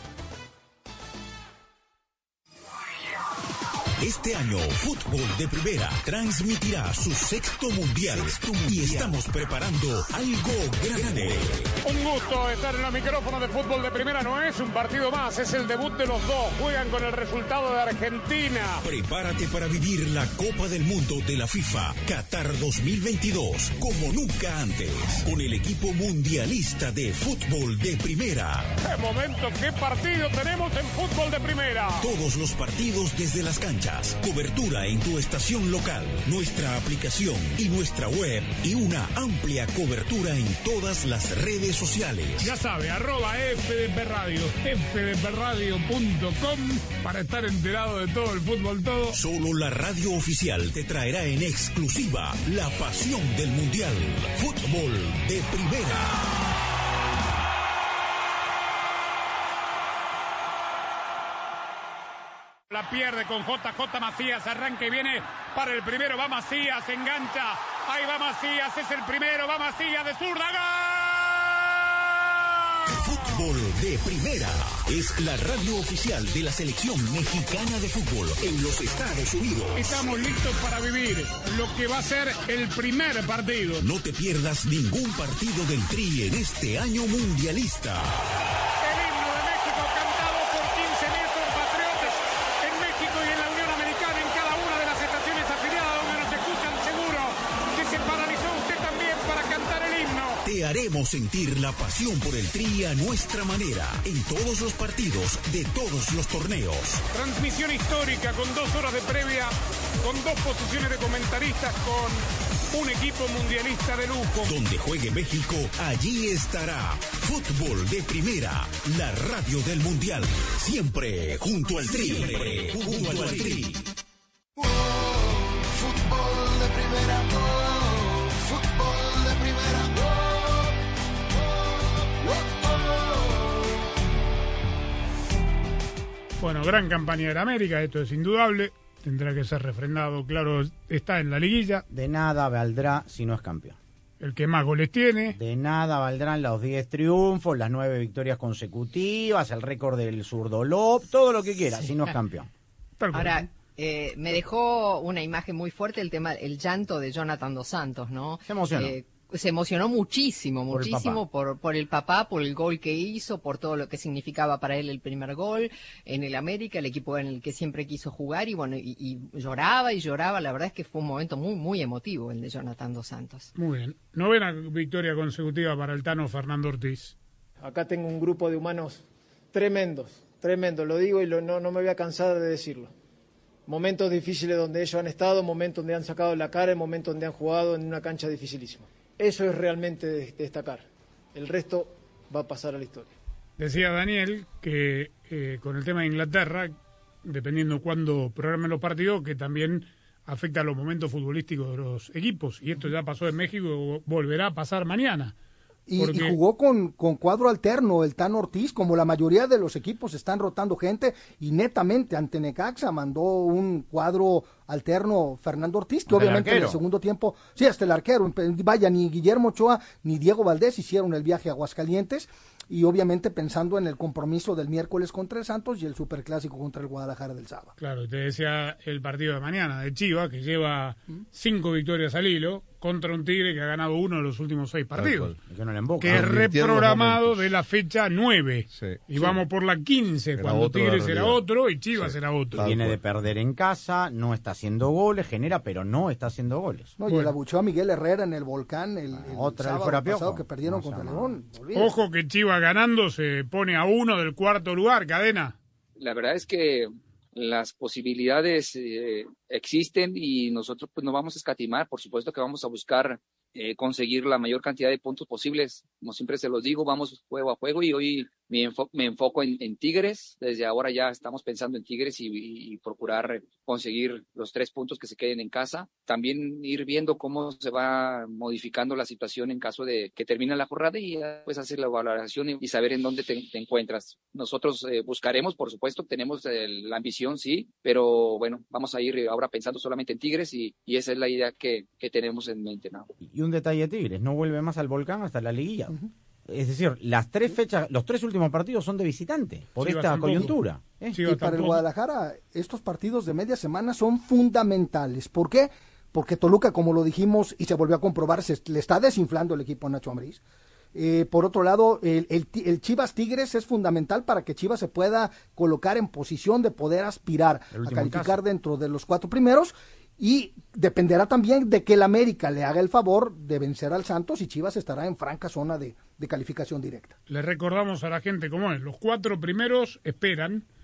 Este año, Fútbol de Primera transmitirá su sexto mundial, sexto mundial. Y estamos preparando algo grande. Un gusto estar en los micrófonos de Fútbol de Primera. No es un partido más, es el debut de los dos. Juegan con el resultado de Argentina. Prepárate para vivir la Copa del Mundo de la FIFA Qatar dos mil veintidós como nunca antes, con el equipo mundialista de Fútbol de Primera. ¡Qué momento, qué partido tenemos en Fútbol de Primera! Todos los partidos desde las canchas fechas, cobertura en tu estación local, nuestra aplicación y nuestra web y una amplia cobertura en todas las redes sociales. Ya sabe, arroba F D P Radio, f d p radio punto com para estar enterado de todo el fútbol todo. Solo la radio oficial te traerá en exclusiva la pasión del Mundial. Fútbol de Primera. La pierde con J J Macías, arranca y viene para el primero, va Macías, engancha, ahí va Macías, es el primero, va Macías de zurda, ¡gol! Fútbol de Primera es la radio oficial de la selección mexicana de fútbol en los Estados Unidos. Estamos listos para vivir lo que va a ser el primer partido. No te pierdas ningún partido del Tri en este año mundialista. Te haremos sentir la pasión por el Tri a nuestra manera, en todos los partidos de todos los torneos. Transmisión histórica con dos horas de previa, con dos posiciones de comentaristas, con un equipo mundialista de lujo. Donde juegue México, allí estará. Fútbol de Primera, la radio del Mundial. Siempre junto al Tri. Siempre junto al Tri. Oh, fútbol de Primera. Oh, fútbol de Primera. Bueno, gran campaña de la América, esto es indudable, tendrá que ser refrendado, claro, está en la liguilla. De nada valdrá si no es campeón. El que más goles tiene. De nada valdrán los diez triunfos, las nueve victorias consecutivas, el récord del zurdo Lop, todo lo que quiera, sí. Si no es campeón. Ahora, eh, me dejó una imagen muy fuerte el tema, el llanto de Jonathan Dos Santos, ¿no? Se emocionó. Eh, se emocionó muchísimo, por muchísimo el por, por el papá, por el gol que hizo, por todo lo que significaba para él el primer gol en el América, el equipo en el que siempre quiso jugar, y bueno, y, y lloraba y lloraba. La verdad es que fue un momento muy, muy emotivo el de Jonathan Dos Santos. Muy bien. Novena victoria consecutiva para el Tano Fernando Ortiz. Acá tengo un grupo de humanos tremendos, tremendos, lo digo y lo, no, no me voy a cansar de decirlo. Momentos difíciles donde ellos han estado, momentos donde han sacado la cara, momentos donde han jugado en una cancha dificilísima. Eso es realmente de destacar. El resto va a pasar a la historia. Decía Daniel que eh, con el tema de Inglaterra, dependiendo cuándo programen los partidos, que también afecta a los momentos futbolísticos de los equipos. Y esto ya pasó en México, volverá a pasar mañana. Y, porque... y jugó con, con cuadro alterno el Tano Ortiz, como la mayoría de los equipos están rotando gente, y netamente ante Necaxa mandó un cuadro alterno Fernando Ortiz, que hasta obviamente en el segundo tiempo, sí, hasta el arquero, vaya, ni Guillermo Ochoa ni Diego Valdés hicieron el viaje a Aguascalientes, y obviamente pensando en el compromiso del miércoles contra el Santos y el superclásico contra el Guadalajara del sábado. Claro, te decía el partido de mañana de Chivas, que lleva cinco victorias al hilo, contra un Tigre que ha ganado uno de los últimos seis partidos, que, no le emboca. que es reprogramado de la fecha nueve, sí, y sí. vamos por la quince, era cuando Tigre será otro y Chivas sí. será otro. Viene de perder en casa, no está haciendo goles, genera, pero no está haciendo goles. No, y bueno. el abucheo a Miguel Herrera en el Volcán el, el Otra sábado fuera pasado que perdieron no, contra León. Ojo que Chivas ganando se pone a uno del cuarto lugar, Cadena. La verdad es que las posibilidades eh, existen y nosotros pues no vamos a escatimar. Por supuesto que vamos a buscar eh, conseguir la mayor cantidad de puntos posibles. Como siempre se los digo, vamos juego a juego y hoy me, enfo me enfoco en, en Tigres. Desde ahora ya estamos pensando en Tigres y, y, y procurar conseguir los tres puntos que se queden en casa. También ir viendo cómo se va modificando la situación en caso de que termine la jornada y pues hacer la valoración y, y saber en dónde te, te encuentras. Nosotros eh, buscaremos, por supuesto, tenemos el, la ambición, sí, pero bueno, vamos a ir ahora pensando solamente en Tigres y, y esa es la idea que, que tenemos en mente, ¿no? Y un detalle de Tigres, no vuelve más al Volcán hasta la liguilla. Uh-huh. Es decir, las tres fechas, los tres últimos partidos son de visitante por sí, esta coyuntura. ¿eh? Sí, y para el Guadalajara, estos partidos de media semana son fundamentales. ¿Por qué? Porque Toluca, como lo dijimos y se volvió a comprobar, se le está desinflando el equipo a Nacho Ambriz. Eh, por otro lado, el, el, el Chivas Tigres es fundamental para que Chivas se pueda colocar en posición de poder aspirar a calificar caso. dentro de los cuatro primeros. Y dependerá también de que el América le haga el favor de vencer al Santos y Chivas estará en franca zona de, de calificación directa. Le recordamos a la gente cómo es. Los cuatro primeros esperan,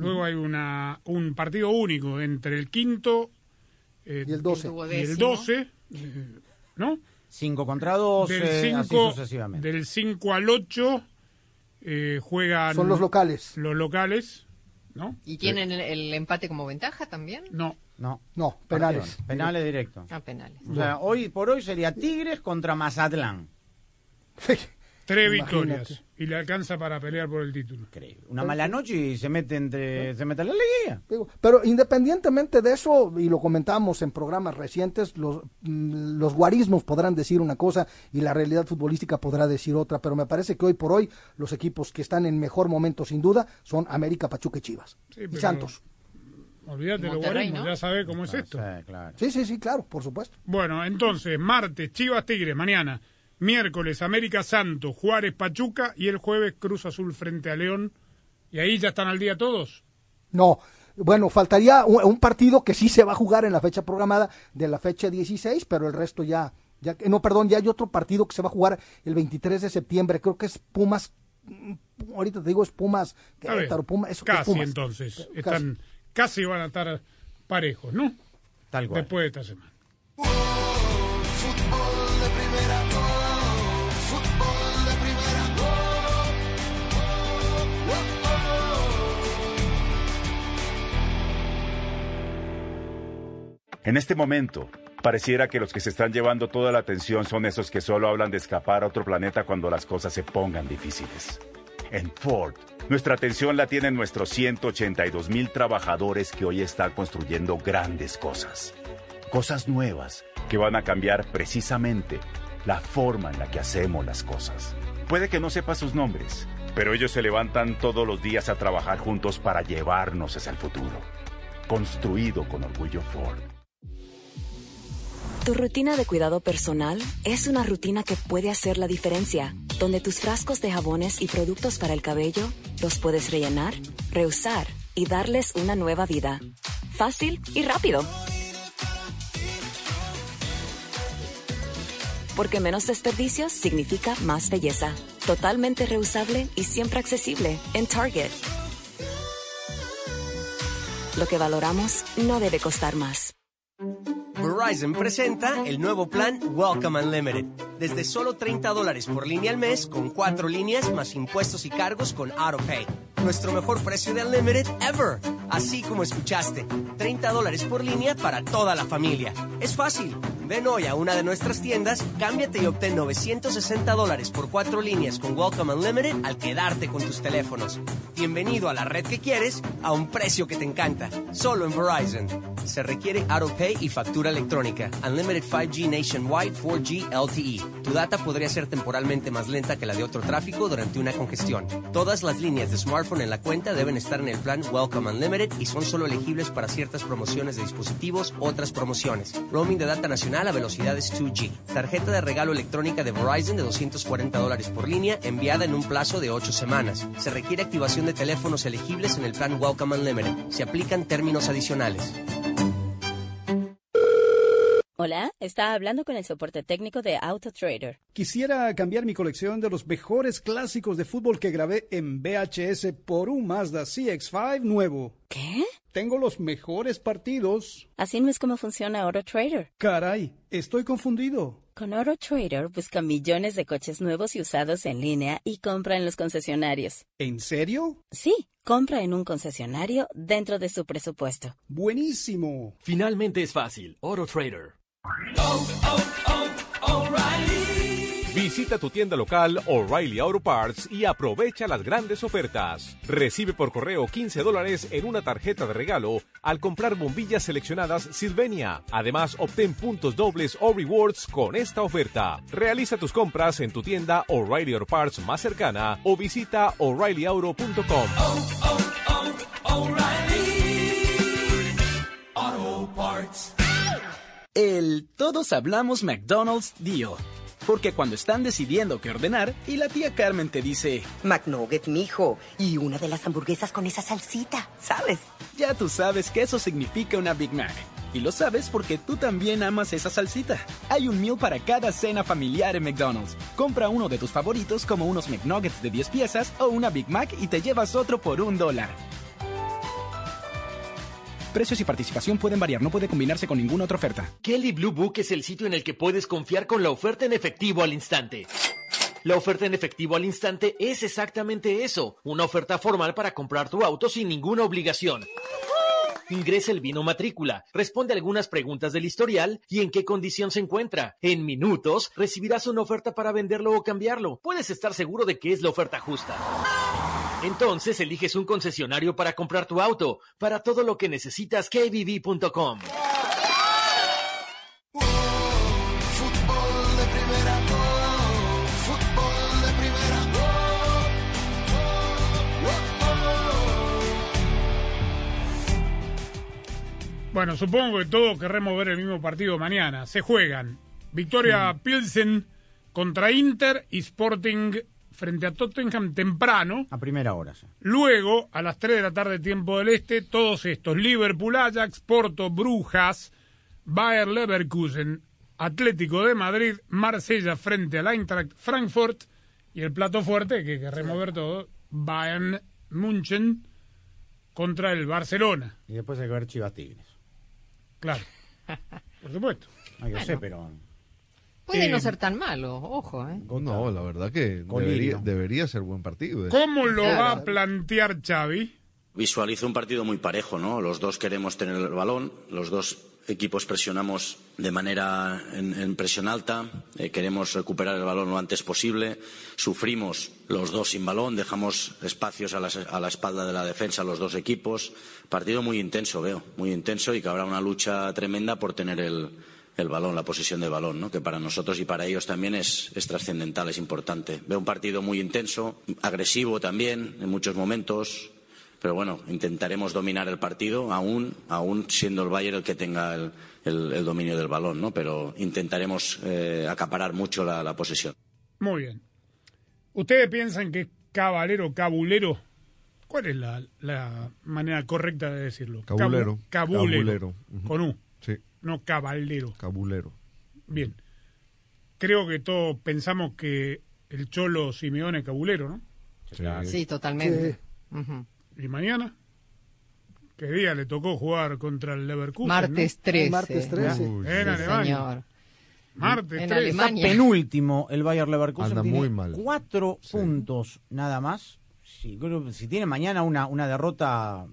Luego hay una un partido único entre el quinto eh, y el doce. Y el doce, eh, ¿no? cinco contra doce, del cinco, así sucesivamente. Del cinco al ocho eh, juegan... Son los locales. Los locales, ¿no? ¿Y tienen el, el empate como ventaja también? No. No. No, penales. Penales directos. Ah, penales. O sea, hoy por hoy sería Tigres contra Mazatlán. Tres Imagínate. victorias. Y le alcanza para pelear por el título. Una mala noche y se mete entre se mete en la liguilla. Pero independientemente de eso, y lo comentamos en programas recientes, los, los guarismos podrán decir una cosa y la realidad futbolística podrá decir otra, pero me parece que hoy por hoy los equipos que están en mejor momento sin duda son América, Pachuca y Chivas. Sí, y pero Santos. Olvídate de los Monterrey, guarismos, ¿no? ya sabés cómo es esto. Sí, claro. Sí, sí, sí, claro, por supuesto. Bueno, entonces, martes, Chivas Tigres, mañana. Miércoles, América Santos, Juárez Pachuca y el jueves Cruz Azul frente a León. ¿Y ahí ya están al día todos? No, bueno, faltaría un, un partido que sí se va a jugar en la fecha programada de la fecha dieciséis, pero el resto ya, ya, no, perdón, ya hay otro partido que se va a jugar el veintitrés de septiembre, creo que es Pumas, ahorita te digo es Pumas, Querétaro, Pumas, eso, casi Pumas. entonces, Casi. están, casi van a estar parejos, ¿no? Tal cual. Después de esta semana. Fútbol de primera, oh, fútbol de primera, oh, oh, oh. En este momento, pareciera que los que se están llevando toda la atención son esos que solo hablan de escapar a otro planeta cuando las cosas se pongan difíciles. En Ford, nuestra atención la tienen nuestros ciento ochenta y dos mil trabajadores que hoy están construyendo grandes cosas. Cosas nuevas que van a cambiar precisamente la forma en la que hacemos las cosas. Puede que no sepa sus nombres, pero ellos se levantan todos los días a trabajar juntos para llevarnos hacia el futuro. Construido con orgullo Ford. Tu rutina de cuidado personal es una rutina que puede hacer la diferencia, donde tus frascos de jabones y productos para el cabello los puedes rellenar, reusar y darles una nueva vida. Fácil y rápido. Porque menos desperdicios significa más belleza. Totalmente reusable y siempre accesible en Target. Lo que valoramos no debe costar más. Verizon presenta el nuevo plan Welcome Unlimited. Desde solo treinta dólares por línea al mes, con cuatro líneas más impuestos y cargos con AutoPay. Nuestro mejor precio de Unlimited ever. Así como escuchaste, treinta dólares por línea para toda la familia. Es fácil. Ven hoy a una de nuestras tiendas, cámbiate y obtén novecientos sesenta dólares por cuatro líneas con Welcome Unlimited al quedarte con tus teléfonos. Bienvenido a la red que quieres a un precio que te encanta. Solo en Verizon. Se requiere AutoPay y factura electrónica. Unlimited cinco G Nationwide cuatro G L T E. Tu data podría ser temporalmente más lenta que la de otro tráfico durante una congestión. Todas las líneas de smartphone en la cuenta deben estar en el plan Welcome Unlimited y son solo elegibles para ciertas promociones de dispositivos, otras promociones. Roaming de data nacional a velocidades dos G. Tarjeta de regalo electrónica de Verizon de doscientos cuarenta dólares por línea enviada en un plazo de ocho semanas. Se requiere activación de teléfonos elegibles en el plan Welcome Unlimited. Se aplican términos adicionales. Hola, está hablando con el soporte técnico de AutoTrader. Quisiera cambiar mi colección de los mejores clásicos de fútbol que grabé en V H S por un Mazda C X cinco nuevo. ¿Qué? Tengo los mejores partidos. Así no es como funciona AutoTrader. Caray, estoy confundido. Con AutoTrader busca millones de coches nuevos y usados en línea y compra en los concesionarios. ¿En serio? Sí, compra en un concesionario dentro de su presupuesto. Buenísimo. Finalmente es fácil. AutoTrader. Oh, oh, oh, O'Reilly. Visita tu tienda local O'Reilly Auto Parts y aprovecha las grandes ofertas. Recibe por correo quince dólares en una tarjeta de regalo al comprar bombillas seleccionadas Sylvania. Además, obtén puntos dobles o rewards con esta oferta. Realiza tus compras en tu tienda O'Reilly Auto Parts más cercana o visita O'Reilly Auto punto com. Oh, oh, oh, O'Reilly Auto Parts. El todos hablamos McDonald's Dio. Porque cuando están decidiendo qué ordenar y la tía Carmen te dice McNugget, mijo, y una de las hamburguesas con esa salsita, ¿sabes? Ya tú sabes que eso significa una Big Mac. Y lo sabes porque tú también amas esa salsita. Hay un meal para cada cena familiar en McDonald's. Compra uno de tus favoritos como unos McNuggets de diez piezas o una Big Mac y te llevas otro por un dólar. Precios y participación pueden variar, no puede combinarse con ninguna otra oferta. Kelley Blue Book es el sitio en el que puedes confiar con la oferta en efectivo al instante. La oferta en efectivo al instante es exactamente eso, una oferta formal para comprar tu auto sin ninguna obligación. Ingresa el B I N o matrícula, responde algunas preguntas del historial y en qué condición se encuentra. En minutos recibirás una oferta para venderlo o cambiarlo. Puedes estar seguro de que es la oferta justa. Entonces eliges un concesionario para comprar tu auto. Para todo lo que necesitas, K B B punto com. Bueno, supongo que todos querremos ver el mismo partido mañana. Se juegan Victoria Pilsen contra Inter y Sporting frente a Tottenham temprano. A primera hora, sí. Luego, a las tres de la tarde, tiempo del este, todos estos. Liverpool, Ajax, Porto, Brujas, Bayer Leverkusen, Atlético de Madrid, Marsella frente al Eintracht Frankfurt y el plato fuerte, que queremos ver todo, Bayern München contra el Barcelona. Y después hay que ver Chivas Tigres. Claro, por supuesto. No, yo Bueno. sé, pero... Puede Eh, no ser tan malo, ojo, ¿eh? No, la verdad que debería, debería ser buen partido. ¿Cómo lo va a plantear Xavi? Visualizo un partido muy parejo, ¿no? Los dos queremos tener el balón, los dos equipos presionamos de manera en, en presión alta, eh, queremos recuperar el balón lo antes posible, sufrimos los dos sin balón, dejamos espacios a la, a la espalda de la defensa los dos equipos. Partido muy intenso, veo, muy intenso y que habrá una lucha tremenda por tener el, el balón, la posesión de balón, ¿no? Que para nosotros y para ellos también es, es trascendental, es importante. Veo un partido muy intenso, agresivo también en muchos momentos. Pero bueno, intentaremos dominar el partido, aún, aún siendo el Bayern el que tenga el, el, el dominio del balón, ¿no? Pero intentaremos eh, acaparar mucho la, la posesión. Muy bien. ¿Ustedes piensan que es cabalero o cabulero? ¿Cuál es la, la manera correcta de decirlo? Cabulero. Cabu- cabulero. Cabulero. Ujú. Con U. Sí. No caballero. Cabulero. Bien. Creo que todos pensamos que el Cholo Simeone es cabulero, ¿no? Sí, Sí, totalmente. Sí. Ujú. ¿Y mañana? ¿Qué día le tocó jugar contra el Leverkusen? Martes ¿no? trece. Martes trece. En Sí, Alemania. señor. Martes En trece. Alemania. Penúltimo el Bayer Leverkusen. Anda tiene muy mal. Cuatro puntos nada más. Sí, creo que si tiene mañana una, una derrota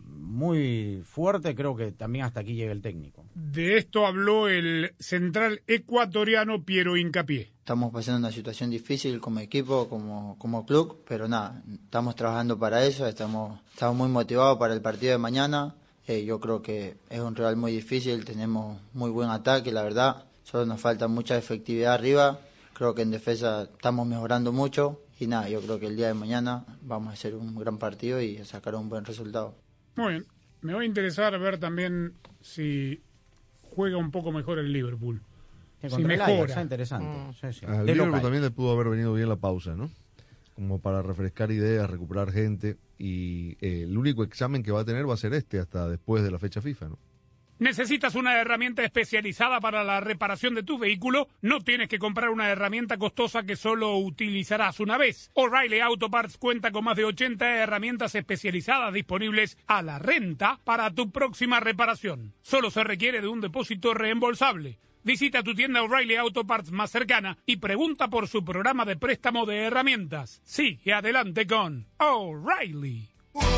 muy fuerte, creo que también hasta aquí llega el técnico. De esto habló el central ecuatoriano Piero Hincapié. Estamos pasando una situación difícil como equipo, como, como club, pero nada, estamos trabajando para eso, estamos, estamos muy motivados para el partido de mañana. Eh, yo creo que es un rival muy difícil, tenemos muy buen ataque, la verdad, solo nos falta mucha efectividad arriba, creo que en defensa estamos mejorando mucho y nada, yo creo que el día de mañana vamos a hacer un gran partido y a sacar un buen resultado. Muy bien. Me va a interesar ver también si juega un poco mejor el Liverpool. Que Si contra el Ajax, mejora. está interesante. Sí, sí. Al De Liverpool local. también le pudo haber venido bien la pausa, ¿no? Como para refrescar ideas, recuperar gente. Y eh, el único examen que va a tener va a ser este, hasta después de la fecha FIFA, ¿no? ¿Necesitas una herramienta especializada para la reparación de tu vehículo? No tienes que comprar una herramienta costosa que solo utilizarás una vez. O'Reilly Auto Parts cuenta con más de ochenta herramientas especializadas disponibles a la renta para tu próxima reparación. Solo se requiere de un depósito reembolsable. Visita tu tienda O'Reilly Auto Parts más cercana y pregunta por su programa de préstamo de herramientas. Sigue adelante con O'Reilly.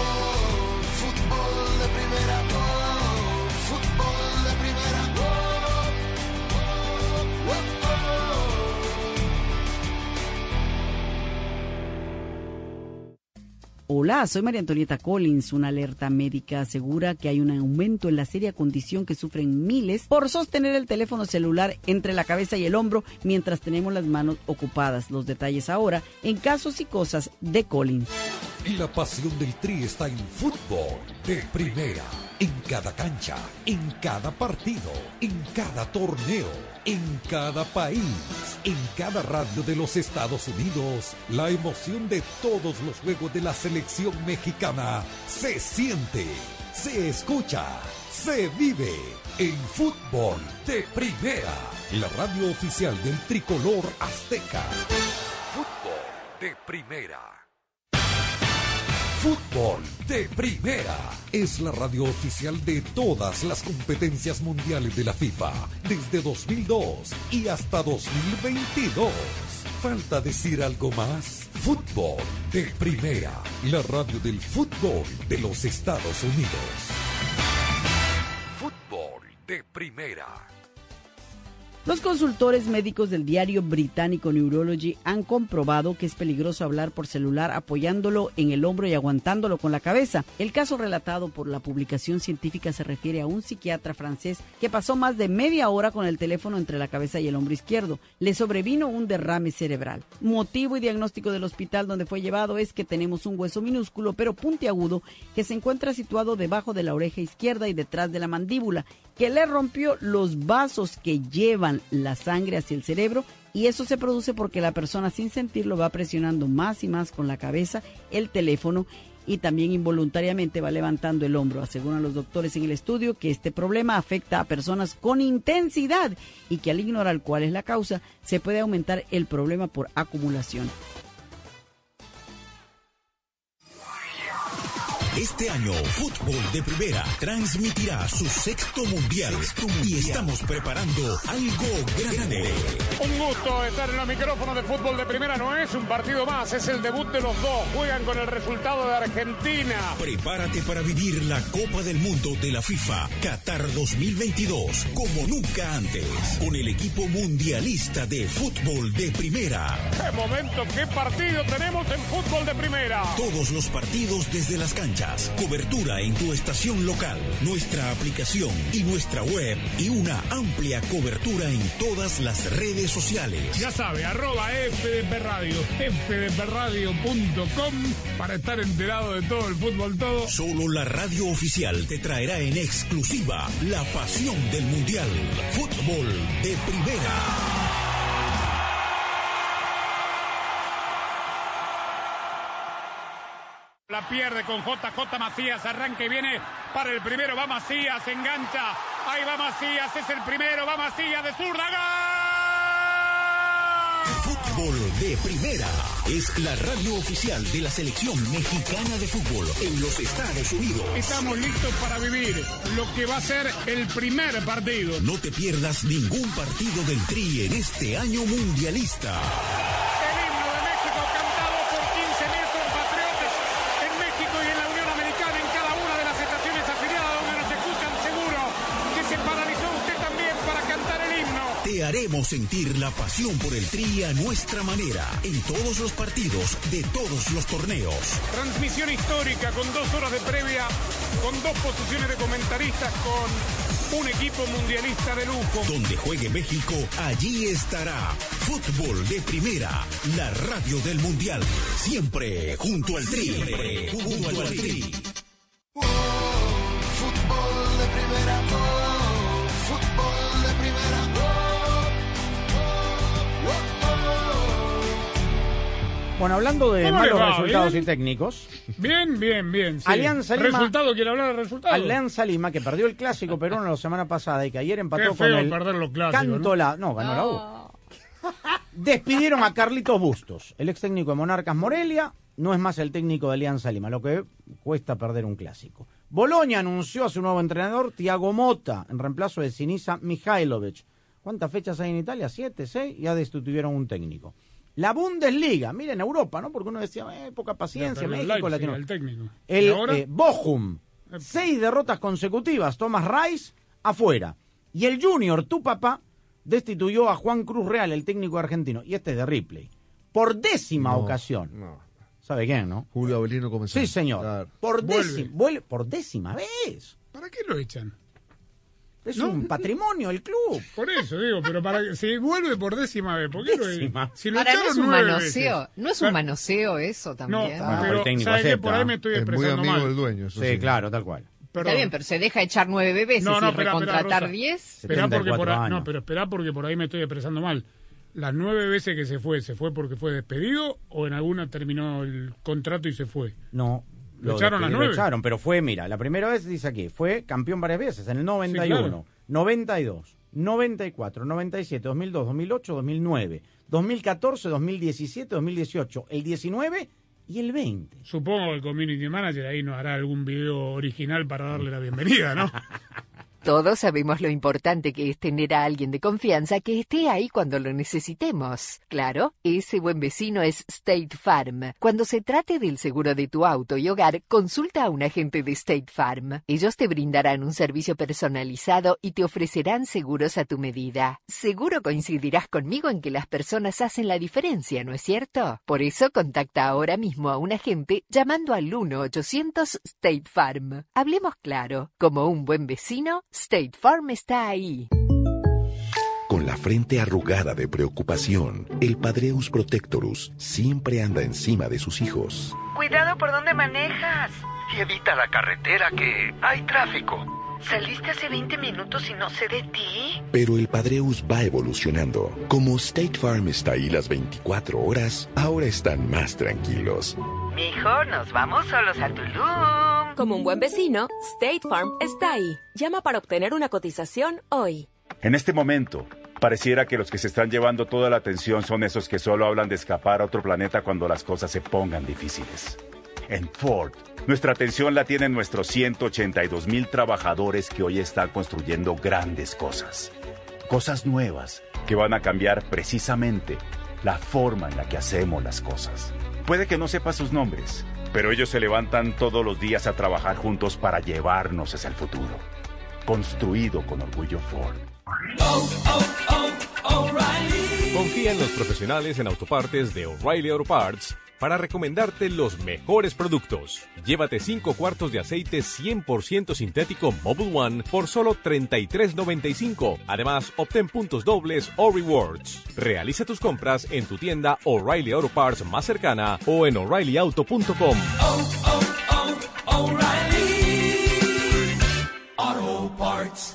Fútbol de primera, oh, fútbol de primera, oh, oh, oh. Hola, soy María Antonieta Collins. Una alerta médica asegura que hay un aumento en la seria condición que sufren miles por sostener el teléfono celular entre la cabeza y el hombro mientras tenemos las manos ocupadas. Los detalles ahora en Casos y Cosas de Collins. La pasión del Tri está en fútbol de primera. En cada cancha, en cada partido, en cada torneo, en cada país, en cada radio de los Estados Unidos. La emoción de todos los juegos de la selección mexicana se siente, se escucha, se vive en fútbol de primera. La radio oficial del tricolor azteca. Fútbol de primera. Fútbol de Primera es la radio oficial de todas las competencias mundiales de la FIFA desde dos mil dos y hasta dos mil veintidós. ¿Falta decir algo más? Fútbol de Primera, la radio del fútbol de los Estados Unidos. Fútbol de Primera. Los consultores médicos del diario británico Neurology han comprobado que es peligroso hablar por celular apoyándolo en el hombro y aguantándolo con la cabeza. El caso relatado por la publicación científica se refiere a un psiquiatra francés que pasó más de media hora con el teléfono entre la cabeza y el hombro izquierdo. Le sobrevino un derrame cerebral. Motivo y diagnóstico del hospital donde fue llevado es que tenemos un hueso minúsculo pero puntiagudo que se encuentra situado debajo de la oreja izquierda y detrás de la mandíbula, que le rompió los vasos que llevan la sangre hacia el cerebro, y eso se produce porque la persona sin sentirlo va presionando más y más con la cabeza el teléfono y también involuntariamente va levantando el hombro. Aseguran los doctores en el estudio que este problema afecta a personas con intensidad y que al ignorar cuál es la causa se puede aumentar el problema por acumulación. Este año, Fútbol de Primera transmitirá su sexto mundial, sexto mundial. Y estamos preparando algo grande. Un gusto estar en los micrófonos de Fútbol de Primera. No es un partido más, es el debut de los dos. Juegan con el resultado de Argentina. Prepárate para vivir la Copa del Mundo de la FIFA Qatar dos mil veintidós como nunca antes. Con el equipo mundialista de Fútbol de Primera. ¡Qué momento, qué partido tenemos en Fútbol de Primera! Todos los partidos desde las canchas. Cobertura en tu estación local, nuestra aplicación y nuestra web y una amplia cobertura en todas las redes sociales. Ya sabe, arroba F D P Radio, F D P radio punto com para estar enterado de todo el fútbol todo. Solo la radio oficial te traerá en exclusiva la pasión del Mundial. Fútbol de Primera. La pierde con J J Macías, arranca y viene para el primero, va Macías, engancha, ahí va Macías, es el primero, va Macías de zurda, ¡gol! Fútbol de Primera es la radio oficial de la selección mexicana de fútbol en los Estados Unidos. Estamos listos para vivir lo que va a ser el primer partido. No te pierdas ningún partido del Tri en este año mundialista. Te haremos sentir la pasión por el Tri a nuestra manera, en todos los partidos de todos los torneos. Transmisión histórica con dos horas de previa, con dos posiciones de comentaristas, con un equipo mundialista de lujo. Donde juegue México, allí estará. Fútbol de Primera, la radio del Mundial. Siempre junto al Tri. Siempre junto al Tri. Oh, fútbol de Primera. Oh, fútbol de Primera. Bueno, hablando de malos va? resultados ¿Bien? y técnicos. Bien, bien, bien. Sí. Alianza Lima. ¿Resultado? ¿Quiere hablar de resultado? Alianza Lima, que perdió el clásico peruano la semana pasada y que ayer empató Qué feo con el perder los clásicos, Cantola. No, no ganó la U. Despidieron a Carlitos Bustos, el ex técnico de Monarcas Morelia. No es más el técnico de Alianza Lima, lo que cuesta perder un clásico. Boloña anunció a su nuevo entrenador, Thiago Motta, en reemplazo de Sinisa Mihailovic. ¿Cuántas fechas hay en Italia? ¿Siete, seis? Ya destituyeron un técnico. La Bundesliga, miren Europa, ¿no? Porque uno decía, eh, poca paciencia, México, Latino. El técnico. El eh, Bochum, seis derrotas consecutivas, Thomas Reis afuera. Y el Junior, tu papá, destituyó a Juan Cruz Real, el técnico argentino. Y este es de Ripley. Por décima no, ocasión. No. ¿Sabe quién, no? Julio Avelino comenzó. Sí, señor. Claro. Por, décima, vuelve. por décima vez. ¿Para qué lo echan? Es ¿No? un patrimonio el club. Por eso digo, pero para si vuelve por décima vez, ¿por qué décima. lo si lo Ahora, echaron no es un nueve manoseo, veces? no es un manoseo eso también. No, Ah, pero el ¿sabes qué? Por ahí me estoy es expresando muy amigo mal. del dueño. Eso Sí, sí, claro, tal cual. Perdón. Está bien, pero se deja echar nueve veces no, no, y espera, recontratar espera, diez. Esperá porque por ahí, años. no, pero esperá porque por ahí me estoy expresando mal. Las nueve veces que se fue, ¿se fue porque fue despedido o en alguna terminó el contrato y se fue? No. ¿Lo echaron a nueve? Lo echaron, pero fue, mira, la primera vez dice aquí, fue campeón varias veces, en el noventa y uno, sí, claro. noventa y dos, noventa y cuatro, noventa y siete, dos mil dos, dos mil ocho, dos mil nueve, dos mil catorce, dos mil diecisiete, dos mil dieciocho, el diecinueve y el veinte. Supongo que el community manager ahí nos hará algún video original para darle la bienvenida, ¿no? Todos sabemos lo importante que es tener a alguien de confianza que esté ahí cuando lo necesitemos. Claro, ese buen vecino es State Farm. Cuando se trate del seguro de tu auto y hogar, consulta a un agente de State Farm. Ellos te brindarán un servicio personalizado y te ofrecerán seguros a tu medida. Seguro coincidirás conmigo en que las personas hacen la diferencia, ¿no es cierto? Por eso contacta ahora mismo a un agente llamando al uno ochocientos State Farm. Hablemos claro, como un buen vecino, State Farm está ahí. Con la frente arrugada de preocupación, el Padreus Protectorus siempre anda encima de sus hijos. Cuidado por donde manejas. Y evita la carretera, que hay tráfico. Saliste hace veinte minutos y no sé de ti. Pero el Padreus va evolucionando. Como State Farm está ahí las veinticuatro horas, ahora están más tranquilos. Mijo, nos vamos solos a Tulum. Como un buen vecino, State Farm está ahí. Llama para obtener una cotización hoy. En este momento, pareciera que los que se están llevando toda la atención son esos que solo hablan de escapar a otro planeta cuando las cosas se pongan difíciles. En Ford, nuestra atención la tienen nuestros ciento ochenta y dos mil trabajadores que hoy están construyendo grandes cosas. Cosas nuevas que van a cambiar precisamente la forma en la que hacemos las cosas. Puede que no sepa sus nombres, pero ellos se levantan todos los días a trabajar juntos para llevarnos hacia el futuro. Construido con orgullo Ford. Oh, oh, oh, O'Reilly. Confía en los profesionales en autopartes de O'Reilly Auto Parts para recomendarte los mejores productos. Llévate cinco cuartos de aceite cien por ciento sintético Mobil One por solo treinta y tres noventa y cinco. Además, obtén puntos dobles o rewards. Realiza tus compras en tu tienda O'Reilly Auto Parts más cercana o en O'Reilly Auto punto com. Oh, oh, oh, O'Reilly Auto Parts.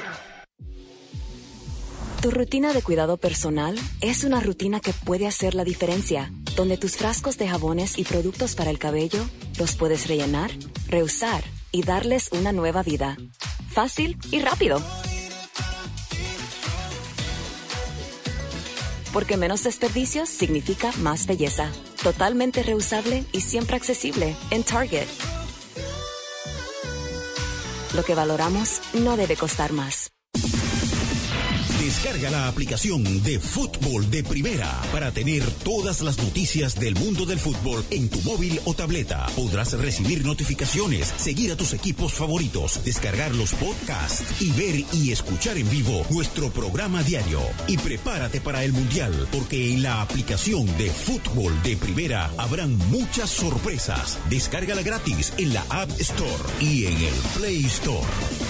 Tu rutina de cuidado personal es una rutina que puede hacer la diferencia, donde tus frascos de jabones y productos para el cabello los puedes rellenar, reusar y darles una nueva vida. Fácil y rápido. Porque menos desperdicios significa más belleza. Totalmente reusable y siempre accesible en Target. Lo que valoramos no debe costar más. Descarga la aplicación de Fútbol de Primera para tener todas las noticias del mundo del fútbol en tu móvil o tableta. Podrás recibir notificaciones, seguir a tus equipos favoritos, descargar los podcasts y ver y escuchar en vivo nuestro programa diario. Y prepárate para el Mundial, porque en la aplicación de Fútbol de Primera habrán muchas sorpresas. Descárgala gratis en la App Store y en el Play Store.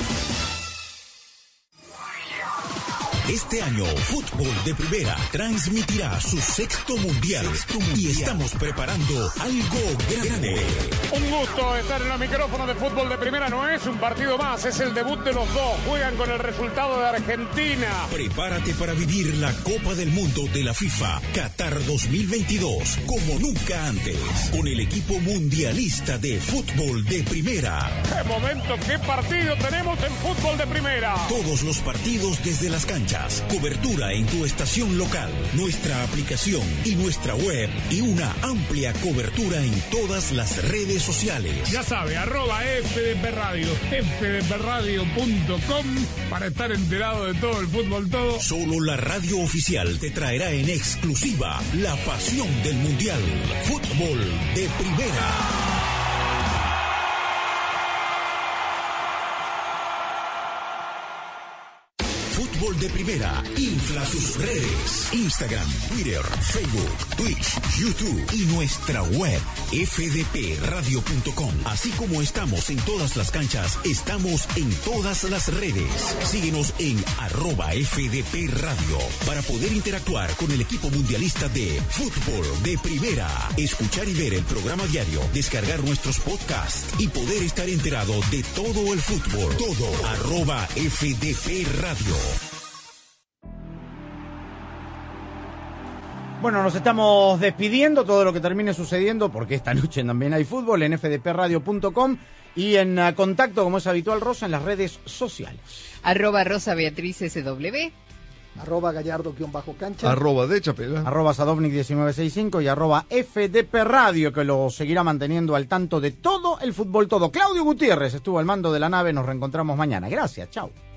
Este año, Fútbol de Primera transmitirá su sexto mundial, sexto mundial. Y estamos preparando algo grande. Un gusto estar en los micrófonos de Fútbol de Primera. No es un partido más, es el debut de los dos. Juegan con el resultado de Argentina. Prepárate para vivir la Copa del Mundo de la FIFA Qatar dos mil veintidós como nunca antes. Con el equipo mundialista de Fútbol de Primera. ¡Qué momento, qué partido tenemos en Fútbol de Primera! Todos los partidos desde las canchas. Cobertura en tu estación local, nuestra aplicación y nuestra web y una amplia cobertura en todas las redes sociales. Ya sabe, arroba F D P Radio, F D P radio punto com para estar enterado de todo el fútbol todo. Solo la radio oficial te traerá en exclusiva la pasión del Mundial. Fútbol de Primera. Fútbol de Primera infla sus redes: Instagram, Twitter, Facebook, Twitch, YouTube y nuestra web F D P radio punto com. Así como estamos en todas las canchas, estamos en todas las redes. Síguenos en arroba F D P Radio para poder interactuar con el equipo mundialista de Fútbol de Primera, escuchar y ver el programa diario, descargar nuestros podcasts y poder estar enterado de todo el fútbol. Todo arroba F D P Radio. Bueno, nos estamos despidiendo, todo lo que termine sucediendo, porque esta noche también hay fútbol en F D P radio punto com y en uh, contacto, como es habitual, Rosa, en las redes sociales. Arroba Rosa Beatriz S W. arroba gallardo-cancha, arroba de Chapela, arroba Sadovnik diecinueve sesenta y cinco y arroba F D P Radio, que lo seguirá manteniendo al tanto de todo el fútbol todo. Claudio Gutiérrez estuvo al mando de la nave, nos reencontramos mañana. Gracias, chao.